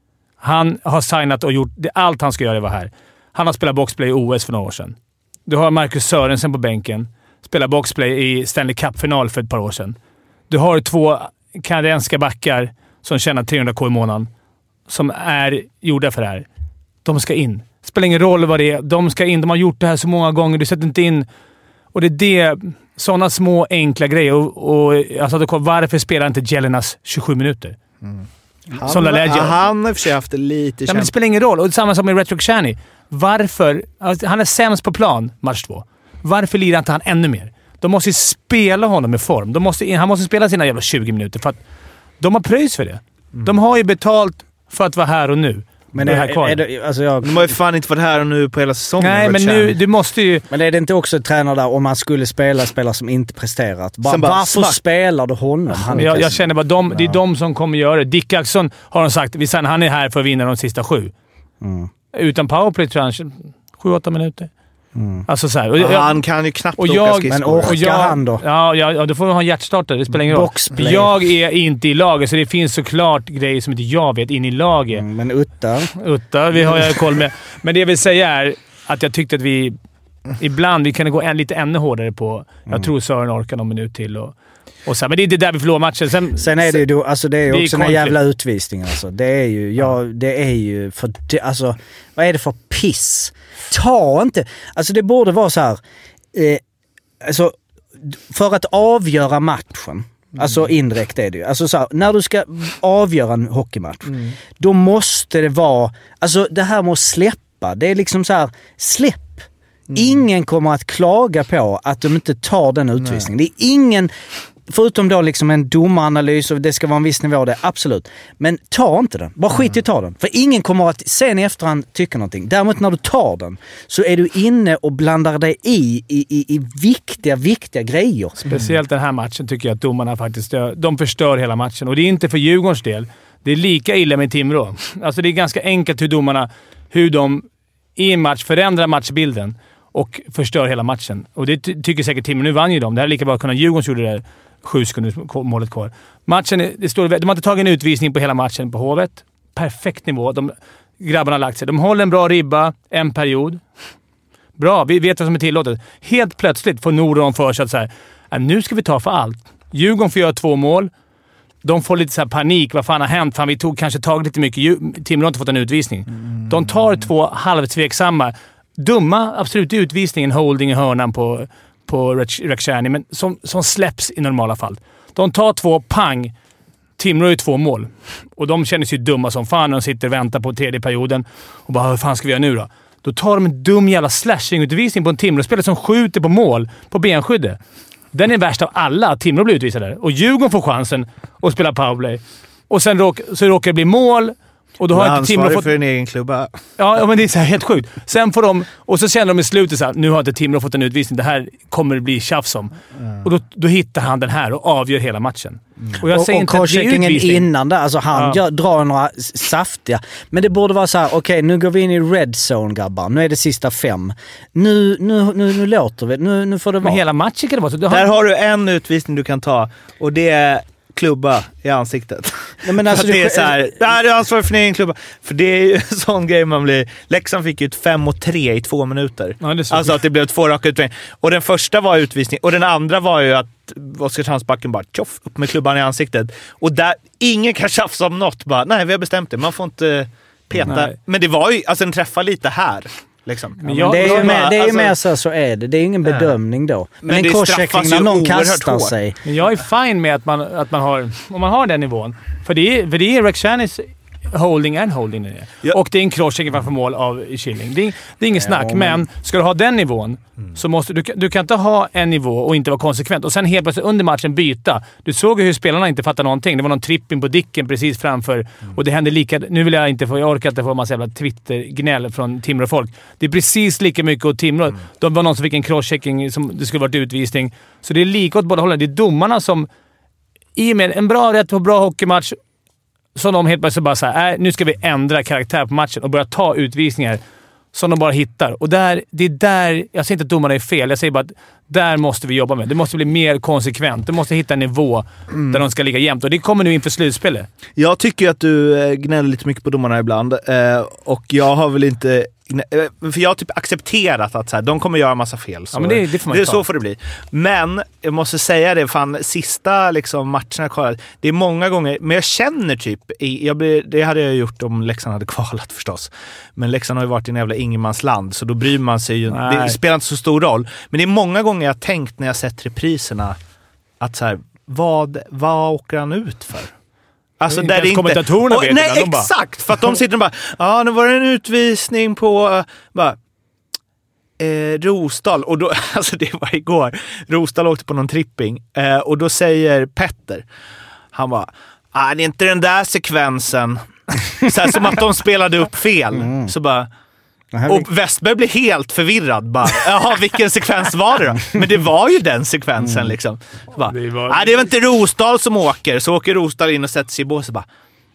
B: Han har signat och gjort... Det, allt han ska göra var här. Han har spelat boxplay i O S för några år sedan. Du har Marcus Sörensen på bänken. Spelar boxplay i Stanley Cup-final för ett par år sedan. Du har två kanadensiska backar som tjänar trehundra k i månaden. Som är gjorda för det här. De ska in. Spelar ingen roll vad det är. De ska in. De har gjort det här så många gånger. Du sätter inte in... Och det är det... Sådana små enkla grejer. Och, och alltså, varför spelar inte Jelenas tjugosju minuter? Mm.
A: Han, han har för sig haft det lite...
B: Ja, men det spelar ingen roll. Och samma som med Retro Kshani. Varför... Alltså, han är sämst på plan, match två. Varför lirar inte han ännu mer? De måste ju spela honom i form. De måste, han måste spela sina jävla tjugo minuter för att de har pröjs för det. Mm. De har ju betalt för att vara här och nu.
F: Men det, är, är det, alltså jag,
A: de har ju fan inte varit här och nu på hela säsongen.
B: Nej, men nu, du måste ju...
F: Men är det inte också tränare där om man skulle spela spelare som inte presterat? Bara, bara varför smack. spelar du honom? Han
B: jag, jag känner bara, de, det är de som kommer göra det. Dick Axelsson har de sagt, han är här för att vinna de sista sju. Mm. Utan powerplay tror jag sju åtta minuter. Mm. Alltså så här, och jag,
A: han kan ju knappt
B: och jag,
A: åka skridskor.
F: Men orkar jag, han då?
B: Ja, ja, ja, då får du ha en hjärtstartare. Det spelar ingen roll.
F: Boxplay.
B: Jag är inte i laget, så det finns såklart grejer som inte jag vet in i laget.
F: Mm, men Utta?
B: Utta, vi har jag koll med. Men det jag vill säga är att jag tyckte att vi ibland vi kunde gå en, lite ännu hårdare på... Jag mm. tror Sören orkar någon minut till och... Och så, men det är inte där vi förlorar matchen. Sen,
F: Sen är det ju då, alltså det är ju också en jävla utvisning. Alltså. Det är ju, ja, det är ju för, det, alltså, vad är det för piss? Ta inte, alltså det borde vara så här, eh, alltså för att avgöra matchen, mm. alltså indirekt är det ju, alltså så här, när du ska avgöra en hockeymatch, mm. då måste det vara, alltså det här med att släppa, det är liksom så här, släpp. Mm. Ingen kommer att klaga på att de inte tar den utvisningen. Nej. Det är ingen, förutom då liksom en domaranalys och det ska vara en viss nivå, det absolut. Men ta inte den. Bara skit i att ta den. För ingen kommer att sen i efterhand tycka någonting. Däremot när du tar den så är du inne och blandar dig i, i, i, i viktiga, viktiga grejer.
B: Speciellt den här matchen tycker jag att domarna faktiskt de förstör hela matchen. Och det är inte för Djurgårdens del. Det är lika illa med Timrå. Alltså det är ganska enkelt hur domarna, hur de i en match förändrar matchbilden och förstör hela matchen. Och det ty- tycker säkert Timrå. Nu vann ju de. Det här är lika bra att kunna Djurgården gjorde det sju sekunder målet kvar. Matchen, det står, de har inte tagit en utvisning på hela matchen på Hovet. Perfekt nivå. De, grabbarna har lagt sig. De håller en bra ribba en period. Bra, vi vet vad som är tillåtet. Helt plötsligt får Nordon för sig att så här, nu ska vi ta för allt. Djurgården får göra två mål. De får lite så här panik. Vad fan har hänt? Fan, vi tog kanske tagit lite mycket. Timrå har inte fått en utvisning. De tar två halvtveksamma dumma, absolut utvisningen, holding i hörnan på, på Rekshani, men som, som släpps i normala fall. De tar två, pang. Timrå är två mål. Och de känner sig dumma som fan när de sitter och väntar på tredje perioden. Och bara, vad fan ska vi göra nu då? Då tar de en dum jävla slashing-utvisning på en Timrå-spelare som skjuter på mål på benskyddet. Den är värst av alla. Timrå blir utvisade där. Och Djurgården får chansen att spela powerplay. Och sen råk, så råkar det bli mål. Och då har inte Timrå fått...
A: för en egen klubba.
B: Ja, men det är så här helt sjukt. Sen får de... Och så känner de i slutet så här, nu har inte Timrå fått en utvisning. Det här kommer det bli tjafs om. Mm. Och då, då hittar han den här och avgör hela matchen. Mm. Och jag säger
F: och,
B: inte
F: och
B: att det är utvisning.
F: Innan där, alltså han ja. gör, drar några saftiga. Men det borde vara så här, okej, okay, nu går vi in i red zone, grabbar. Nu är det sista fem. Nu, nu, nu, nu låter vi. Nu, nu får det vara.
B: Men hela matchen kan det vara så.
A: Har... Där har du en utvisning du kan ta. Och det är... klubba i ansiktet.
F: Ja, men alltså,
A: det är så här, det här är ansvar för din egen klubba. För det är ju en sån grej man blir... Leksand fick ju ett fem och tre i två minuter. Ja, det alltså att det blev två raka utvisningar. Och den första var utvisning. Och den andra var ju att Oskarshamnsbacken bara tjoff upp med klubban i ansiktet. Och där, ingen kan tjafsa om något. Bara, nej, vi har bestämt det. Man får inte peta. Nej. Men det var ju, alltså den träffar lite här. Liksom.
F: Men jag, det är ju mer, det är ju mer så, så är det. Det är ingen bedömning då. Men, men en crosscheckning när någon kastar hårt. sig.
B: Men jag är fine med att man, att man har, om man har den nivån. För det är, för det är Rekshanis holding and holding är det.
A: Ja.
B: Och det är en crosscheck framför mål av Killing. Det är, det är inget snack, ja, men... men ska du ha den nivån mm. så måste du, du kan inte ha en nivå och inte vara konsekvent. Och sen helt plötsligt under matchen byta. Du såg ju hur spelarna inte fattar någonting. Det var någon tripping på Dicken precis framför mm. och det hände lika... Nu vill jag inte få... Jag orkar inte få en massa jävla Twitter-gnäll från Timrå-folk. Det är precis lika mycket åt Timrå. Mm. De var någon som fick en crosschecking som det skulle varit utvisning. Så det är lika åt båda hållen. Det är domarna som i och med en bra rätt på bra hockeymatch som de helt plötsligt bara säger, äh, nu ska vi ändra karaktär på matchen och börja ta utvisningar som de bara hittar. Och där, det är där, jag säger inte att domarna är fel, jag säger bara att där måste vi jobba med. Det måste bli mer konsekvent. Du måste hitta en nivå mm. där de ska ligga jämnt. Och det kommer nu inför slutspelet.
A: Jag tycker att du gnäller lite mycket på domarna ibland. Och jag har väl inte... För jag har typ accepterat att så här, de kommer göra massa fel. Så,
B: ja, men det, det får man
A: det, så får det bli. Men jag måste säga det, fan, sista liksom, matcherna kvar, det är många gånger, men jag känner typ, jag blir, det hade jag gjort om Leksand hade kvalat förstås. Men Leksand har ju varit i en jävla ingenmansland, så då bryr man sig ju, det spelar inte så stor roll. Men det är många gånger jag har tänkt när jag sett repriserna att så här, vad, vad åker han ut för? Alltså där det inte...
B: kommentatorerna
A: och,
B: vet
A: nej,
B: det, de
A: exakt!
B: Bara...
A: För att de sitter och bara, ja, ah, nu var det en utvisning på uh, bara, eh, Rosdal. Och då, alltså det var igår. Rosdal åkte på någon tripping. Eh, och då säger Petter, han bara, ah, det är inte den där sekvensen. Så här, som att de spelade upp fel. Mm. Så bara... Och Westberg blev helt förvirrad. Bara, jaha, vilken sekvens var det då? Men det var ju den sekvensen mm. liksom. Bara, det, var... ah, det är väl inte Rosdal som åker. Så åker Rosdal in och sätter sig i bås och bara...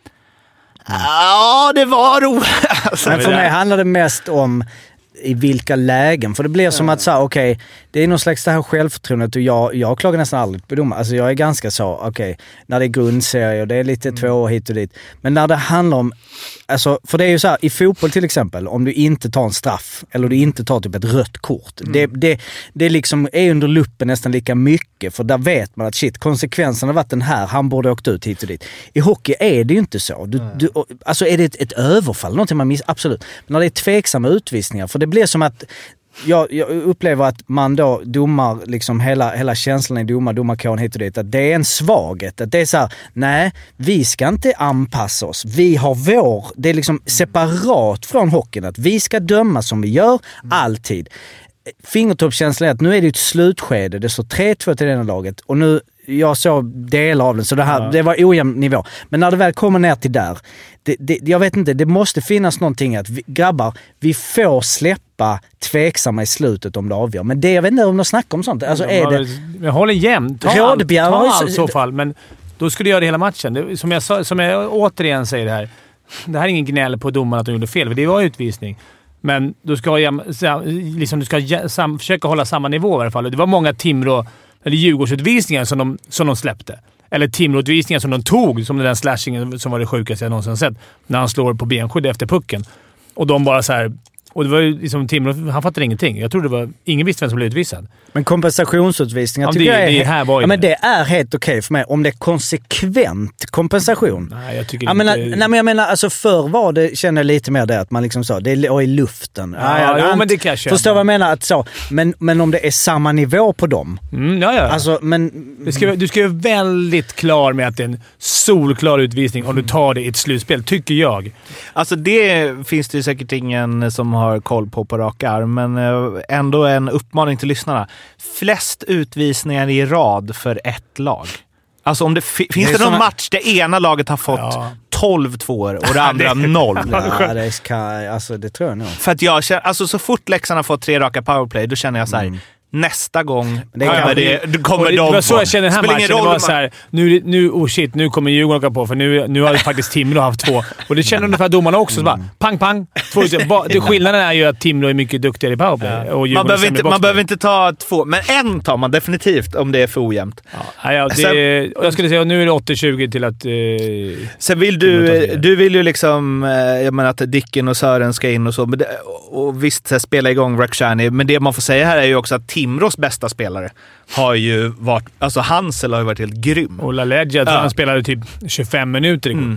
A: Ja, det var ro. Alltså,
F: men för mig handlar det mest om i vilka lägen. För det blir som att så okej, okay, det är någon slags det här självförtroendet och jag, jag klagar nästan aldrig på domar. Alltså jag är ganska så, okej, okay, när det är grundserie och det är lite mm. två år hit och dit. Men när det handlar om, alltså, för det är ju så här, i fotboll till exempel, om du inte tar en straff eller du inte tar typ ett rött kort. Mm. Det, det, det liksom är under luppen nästan lika mycket, för där vet man att shit, konsekvensen har varit den här, han borde åkt ut hit och dit. I hockey är det ju inte så. Du, mm. du, alltså är det ett, ett överfall, någonting man missar, absolut. Men när det är tveksamma utvisningar, för det blir som att jag, jag upplever att man då domar liksom hela, hela känslan i domar, domarkåren hit och dit, att det är en svaghet, att det är så här, nej, vi ska inte anpassa oss, vi har vår, det är liksom separat från hockeyn, att vi ska döma som vi gör alltid. Fingertoppskänslan är att nu är det ett slutskede, det står tre två till det ena laget och nu, jag såg delar av den, så det, här, ja. det var ojämn nivå. Men när det väl kommer ner till där, det, det, jag vet inte, det måste finnas någonting att vi, grabbar, vi får släppa tveksamma i slutet om det avgör. Men det, jag vet inte om de snackar om sånt. Alltså är det...
B: Jag håller jämnt. Ta
F: Rådbjer,
B: allt, ta allt i så fall, men då skulle du göra det hela matchen. Det, som, jag, som jag återigen säger det här, det här är ingen gnäll på domarna att de gjorde fel, för det var utvisning. Men du ska, liksom, du ska sam, försöka hålla samma nivå i alla fall. Det var många Timrå eller Djurgårdsutvisningar som de, som de släppte. Eller Timrå-utvisningar som de tog, som den där slashingen som var det sjukaste jag någonsin sett. När han slår på benskydd efter pucken. Och de bara så här... Och det var ju liksom Timrå, han fattade ingenting. Jag tror det var... Ingen visste vem som blev utvisad.
F: Men kompensationsutvisningar
B: ja,
F: tycker
B: det,
F: jag är...
B: Det, här var
F: ja, men det är helt okej för mig. Om det är konsekvent kompensation.
B: Nej, jag tycker
F: ja,
B: inte...
F: Men, nej, men jag menar, alltså förr var det, känner jag lite mer det, att man liksom sa, det är i luften.
B: Ja, ja, ja, ja men det kan jag köpa.
F: Förstår vad jag menar? Att så, men, men om det är samma nivå på dem.
B: Mm, ja, ja.
F: Alltså, men...
B: Du ska, du ska ju väldigt klar med att det är en solklar utvisning om du tar det i ett slutspel, tycker jag.
A: Alltså det finns det ju säkert ingen som har koll på på rak arm, men ändå en uppmaning till lyssnarna. Flest utvisningar i rad för ett lag. Alltså om det f- finns det, det någon såna... match där ena laget har fått ja. tolv tvåor och det andra noll.
F: Ja, det, ska, alltså, det tror jag nog.
A: För att jag känner, alltså så fort Leksand har fått tre raka powerplay, då känner jag så här. Mm. Nästa gång det kommer, ja, det, det, kommer
B: det,
A: de
B: det var så jag kände den här matchen.
A: Det var
B: man... så här, nu, nu, oh shit, nu kommer Djurgården åka på, för nu, nu har ju faktiskt Timrå haft två. Och det känner ungefär domarna också. Så bara, pang, pang. Två, det, skillnaden är ju att Timrå är mycket duktigare i powerplay. Ja. Och man behöver, inte, man behöver inte ta två, men en tar man definitivt om det är för ojämnt. Ja, ja, det, sen, jag skulle säga att nu är det åttio tjugo till att... Eh,
A: sen vill du... Du vill ju liksom... Eh, jag menar att Dicken och Sören ska in och så. Men det, och visst, så spela igång Rakhshani. Men det man får säga här är ju också att Timrås bästa spelare har ju varit... Alltså Hansel har ju varit helt grym.
B: Och LaLeggia, jag tror
A: ja.
B: han spelade typ tjugofem minuter igår. Mm.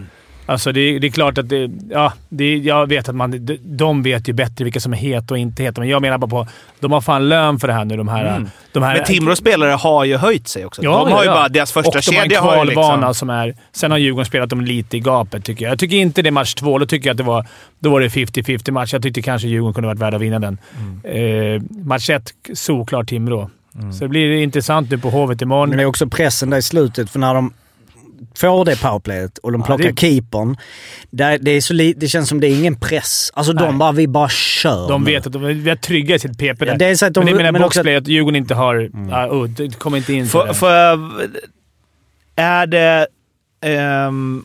B: Alltså det, det är klart att det... Ja, det, jag vet att man... De, de vet ju bättre vilka som är het och inte het. Men jag menar bara på... De har fan lön för det här nu, de här... Mm. De här
A: men Timrås spelare har ju höjt sig också.
B: Ja,
A: de har
B: ja.
A: ju bara... Deras första kedja har ju
B: liksom... Och de har en kvalvana
A: liksom... som
B: är... Sen har Djurgården spelat dem lite i gapet, tycker jag. Jag tycker inte det är match två. Då tycker jag att det var... Då var det femtio femtio match. Jag tyckte kanske Djurgården kunde varit värd att vinna den. Mm. Eh, match ett, såklart Timrå. Mm. Så det blir intressant nu på Hovet imorgon.
F: Men det är också pressen där i slutet, för när de får det powerplayet och de plockar ja, det... keepern. Det, det, är så li, det känns som det är ingen press. Alltså Nej. de bara, vi bara kör.
B: De vet att de är trygga i sitt P P där.
F: Ja, det är så att de,
B: men det menar boxplayet
F: att
B: Djurgården inte har... Mm. Uh, uh, det kommer inte in
A: för, för är det... Um,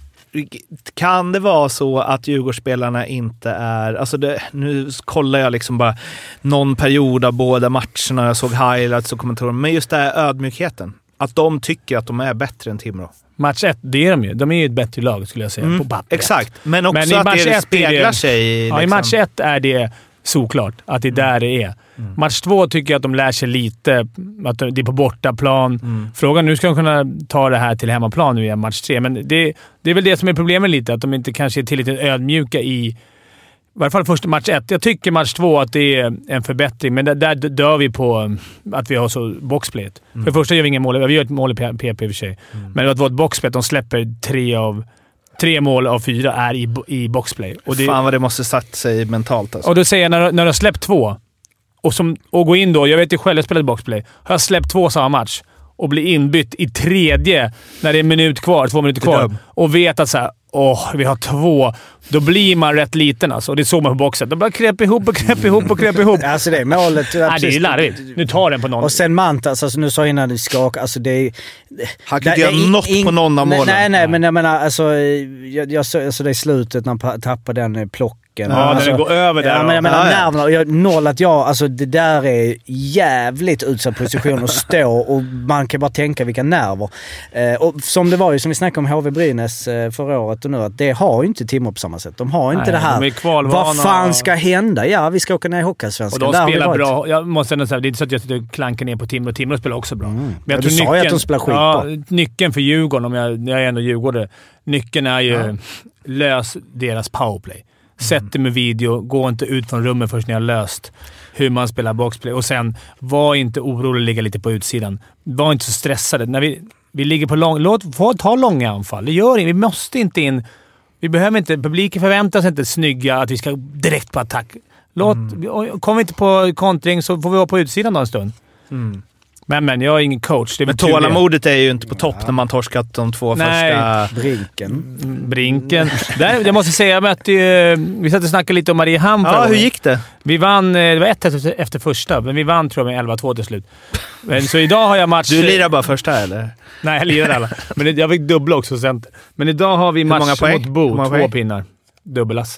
A: kan det vara så att Djurgårdsspelarna inte är... Alltså det, nu kollar jag liksom bara någon period av båda matcherna. Jag såg highlights och kommentarer. Men just det här ödmjukheten. Att de tycker att de är bättre än Timrå.
B: Match ett, det är de ju. De är ju ett bättre lag, skulle jag säga, mm, på pappret.
A: Exakt. Men också men att det speglar det, sig i...
B: Ja,
A: liksom.
B: I match ett är det såklart att det är där det är. Mm. Match två tycker jag att de lär sig lite. Att det är på bortaplan. Mm. Frågan nu ska de kunna ta det här till hemmaplan nu i match tre. Men det, det är väl det som är problemet lite. Att de inte kanske är tillräckligt ödmjuka i... I varje fall första match ett. Jag tycker match två att det är en förbättring, men där, där dör vi på att vi har så boxplayet. Mm. För det första gör vi ingen mål. Vi gör ett mål i P P i och för sig. Mm. Men att vara ett boxplayet, de släpper tre av... Tre mål av fyra är i, i boxplay. Och det,
A: fan vad det måste satt sig mentalt alltså.
B: Och då säger jag, när, när du har släppt två och, som, och gå in då, jag vet ju själv, jag spelade boxplay. Har jag släppt två samma match och blir inbytt i tredje när det är en minut kvar, två minuter kvar och vet att så här, åh, vi har två. Då blir man rätt liten alltså. Och det såg man på boxet. De bara krep ihop och krep ihop och krep ihop.
F: Alltså det är målet.
B: Nej, det är larvigt. Nu tar den på någon.
F: Och sen Mantas, alltså nu sa jag innan det skak. Alltså det är...
A: Han kan inte göra något in, på någon av målen.
F: Nej, nej, men jag menar alltså, jag, jag så, alltså det är slutet när han tappar den plock.
B: Ja,
F: alltså,
B: den går över där.
F: Ja, men jag menar
A: ja, ja.
F: nerverna. Och jag, noll att jag, alltså det där är jävligt utsatt position att stå och man kan bara tänka vilka nerver. Eh, och som det var ju, som vi snackade om H V Brynäs eh, förra året och nu, att det har ju inte Timrå på samma sätt. De har inte
B: Nej,
F: det här.
B: De är kvalvana.
F: Vad fan ska hända? Ja, vi ska åka ner i Hockeyallsvenskan.
B: Och de spelar bra. Jag måste ändå säga, det är inte så att jag sitter och klankar ner på Timrå. Timrå spelar också bra. Mm. Men jag
F: ja,
B: tror
F: du
B: nyckeln,
F: sa ju att de spelar skit
B: ja,
F: på.
B: Nyckeln för Djurgården, om jag, jag är ändå Djurgårdare, nyckeln är ju
F: ja.
B: lös deras powerplay. Sätt det med video, gå inte ut från rummet först när jag har löst hur man spelar boxplay. Och sen, var inte orolig att ligga lite på utsidan. Var inte så stressade. När vi, vi ligger på lång... Låt få ta långa anfall. Det gör det. Vi måste inte in... Vi behöver inte... Publiken förväntar sig inte snygga att vi ska direkt på attack. Låt... Mm. Kommer vi inte på kontring så får vi vara på utsidan då en stund. Mm. Men, men jag är ingen coach. Det är
A: men tålamodet är ju inte på topp ja. när man torskat de två Nej. första...
F: Brinken.
B: Brinken. Där, jag måste säga, jag mötte ju... Vi satt och snackade lite om Mariehamn.
A: Ja, hur gick det?
B: Vi vann... Det var ett efter, efter första, men vi vann tror jag med elva två till slut. Men, så idag har jag match...
A: Du lirar bara första, eller?
B: Nej, jag lirar alla. Men det, jag fick dubbla också sen. Men idag har vi match mot Bo. Två poäng? Pinnar. Dubbelass.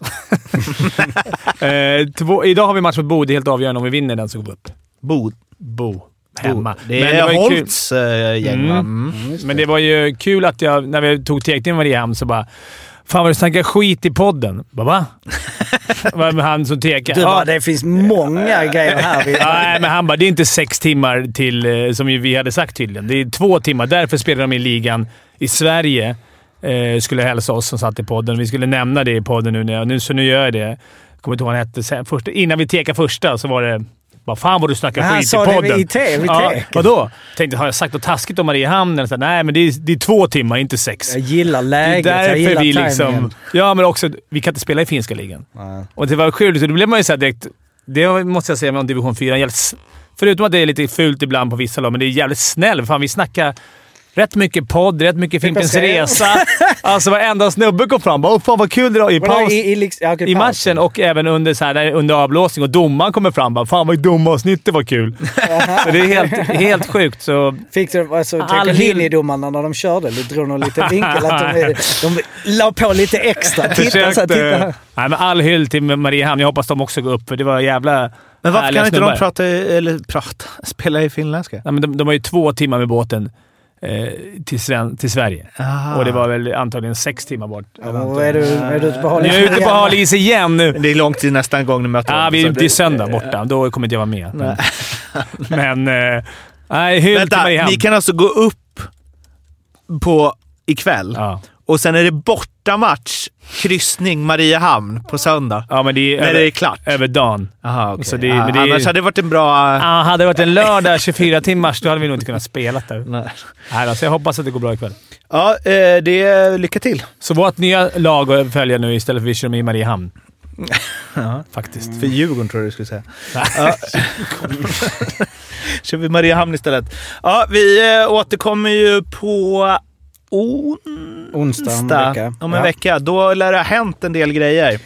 B: eh, två, idag har vi match mot Bo. Det är helt avgörande. Om vi vinner den så går vi upp.
A: Bo.
B: Bo. Hemma.
A: Det är men det Holtz äh, gäng, mm.
B: Mm. Mm, men det var ju kul att jag, när vi tog teckningen med Mariehamn, så bara fan vad du snackar skit i podden. Bara va? Han som tekar.
F: Du bara, ja. Det finns många grejer här.
B: Nej, men han bara, det är inte sex timmar till, som vi hade sagt tydligen. Det är två timmar. Därför spelar de i ligan i Sverige. Eh, skulle hälsa oss som satt i podden. Vi skulle nämna det i podden nu. När, nu så nu gör jag det. Jag kommer inte ihåg vad han hette. Sen, första, innan vi tekade första så var det... Vad fan vad du snackar skit i podden.
F: Han sa det i te, vid
B: ja, vadå? Tänkte, har jag sagt något taskigt om Mariehamn? Eller så, nej, men det är, det är två timmar, inte sex.
F: Jag gillar läget,
B: det är därför
F: jag gillar
B: vi liksom, ja, men också, vi kan inte spela i finska ligan.
F: Nej.
B: Och det var kul, så då blev man ju såhär direkt... Det måste jag säga om division fyra. Förutom att det är lite fult ibland på vissa lag, men det är jävligt snäll. Fan, vi snackar... Rätt mycket podd, rätt mycket Fimpens Resa. Alltså varenda snubbe kom fram. Bara, fan vad kul det var i paus. I, i, i, i matchen och även under, så här, där, under avblåsning. Och domaren kommer fram. Bara, fan vad dumma avsnittet var kul. Så det är helt, helt sjukt. Så
F: fick du alltså, tänka in i domarna när de körde? Du drog någon liten vinkel att de, de la på lite extra. Titta,
B: försökte,
F: så här, titta.
B: Nej, men all hyll till Mariehamn. Jag hoppas de också går upp. För det var jävla...
A: Men varför kan inte de prata, eller prata, spela i finländska?
B: Nej, men de, de har ju två timmar med båten. Till, Sven, till Sverige. Aha. Och det var väl antagligen sex timmar bort.
F: Ja, är, du, är du ute på Halis
B: igen? Jag är ute på Halis igen nu.
A: Det är långt till nästa gång du möter
B: Ja, vi, det är söndag borta. Då kommer inte jag vara med. Nej. Men... men nej, helt
A: Vänta, ni kan alltså gå upp på ikväll
B: ja.
A: Och sen är det bortamatch, kryssning, Mariehamn på söndag.
B: Ja, men det är,
A: när
B: över,
A: det är klart.
B: över dagen.
A: Aha, okay.
B: Så det,
A: ja,
B: men det
A: annars
B: är,
A: hade det varit en bra...
B: Ja, hade det varit en lördag tjugofyra timmars, då hade vi nog inte kunnat spela där.
A: Nej.
B: Nej, alltså jag hoppas att det går bra ikväll.
A: Ja, eh, det är lycka till.
B: Så vårt nya lag att följa nu istället för att vi kör med i Mariehamn.
A: Ja,
B: faktiskt.
A: För Djurgården tror jag du skulle säga. Ja. Kör vi Mariehamn istället. Ja, vi äh, återkommer ju på on...
F: onsdag om en vecka.
A: Om en
F: ja.
A: vecka. Då lär det ha hänt en del grejer.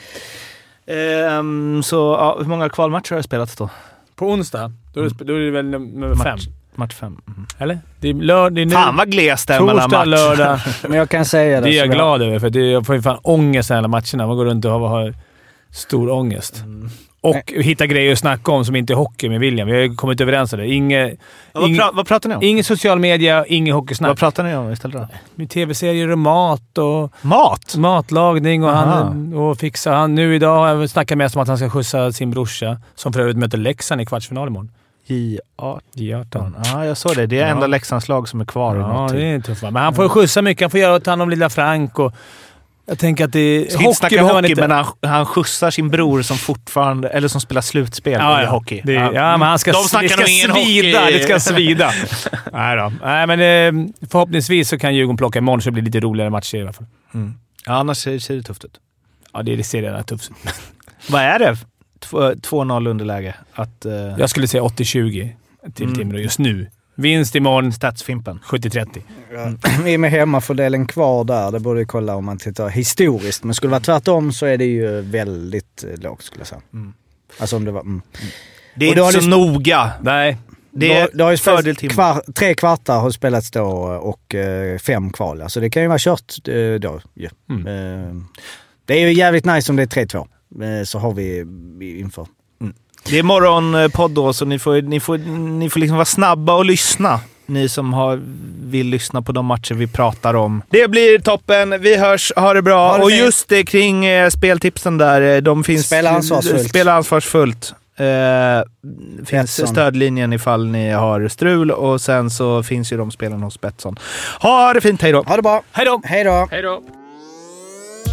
A: Ehm, så ja, hur många kvalmatcher har jag spelat då?
B: På onsdag? Då är det, då är det väl nummer fem?
A: Match, match fem. Mm.
B: Eller? Det är lördag, det är nu.
A: Fan vad glest det är mellan
B: Torsdag,
A: match.
B: lördag.
F: Men jag kan säga det.
B: Det är jag
F: jag...
B: glad över, för det, jag får ju fan ångest i alla matcherna. Man går runt och har, har stor ångest. Mm. Och hitta grejer att snacka om som inte är hockey med William. Vi har ju kommit överens om det. Inge,
A: ja, vad,
B: inge,
A: pra- vad pratar ni om?
B: Ingen social media, ingen hockeysnack.
A: Vad pratar ni om istället då?
B: Med tv-serier och mat och...
A: Mat?
B: Matlagning och, han, och fixa. Han, nu idag har jag snackat mest om att han ska skjutsa sin brorsa, som för övrigt möter Leksand i kvartsfinal imorgon.
A: J arton.
B: J arton.
A: Ja, jag såg det. Det är
B: ja.
A: enda Leksandslag som är kvar.
B: Ja, det är tufft. Men han får ju skjutsa mycket. Han får göra ta hand om lilla Frank och... Jag tänker att det...
A: Ska inte snacka hockey, inte... men han, han skjutsar sin bror som fortfarande... Eller som spelar slutspel
B: ja,
A: i
B: ja.
A: hockey.
B: Det, ja. ja, men han ska,
A: De snackar
B: det ska
A: ingen
B: svida.
A: hockey.
B: Det ska svida. Nej då. Nej, men eh, förhoppningsvis så kan Djurgården plocka imorgon så det blir lite roligare matcher i alla fall.
A: Mm. Ja, annars ser, ser det tufft ut.
B: Ja, det, det ser redan tufft ut.
A: Vad är det? två noll underläge? Att, uh...
B: Jag skulle säga åttio tjugo till mm. Timrå just nu. Vinst imorgon.
A: Statsfimpen.
B: sjuttio trettio.
F: Mm. I med hemmafördelen kvar där. Det borde kolla om man tittar historiskt. Men skulle det vara tvärtom så är det ju väldigt lågt skulle jag säga. Mm. Alltså om det var... Mm.
A: Det är inte så
F: sp-
A: noga.
B: Nej.
F: Det är det har ju fördel till kvar, tre kvartar har spelats då och eh, fem kval. Alltså det kan ju vara kört eh, då. Yeah. Mm. Eh, det är ju jävligt nice om det är tre två. Eh, så har vi inför.
A: Mm. Det är morgonpodd då, så ni får, ni får, ni får liksom vara snabba och lyssna. Ni som har, vill lyssna på de matcher vi pratar om. Det blir toppen. Vi hörs. Ha det bra. Ha det och fint. Just det kring eh, speltipsen där. De finns...
F: Spela ansvarsfullt.
A: Spela ansvarsfullt. Eh, finns Betsson. Stödlinjen ifall ni har strul. Och sen så finns ju de spelarna hos Betsson. Ha det fint. Hej då.
F: Ha det bra.
B: Hej då.
F: Hej då.
G: Hej då.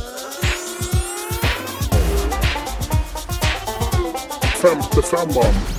H: femtiofem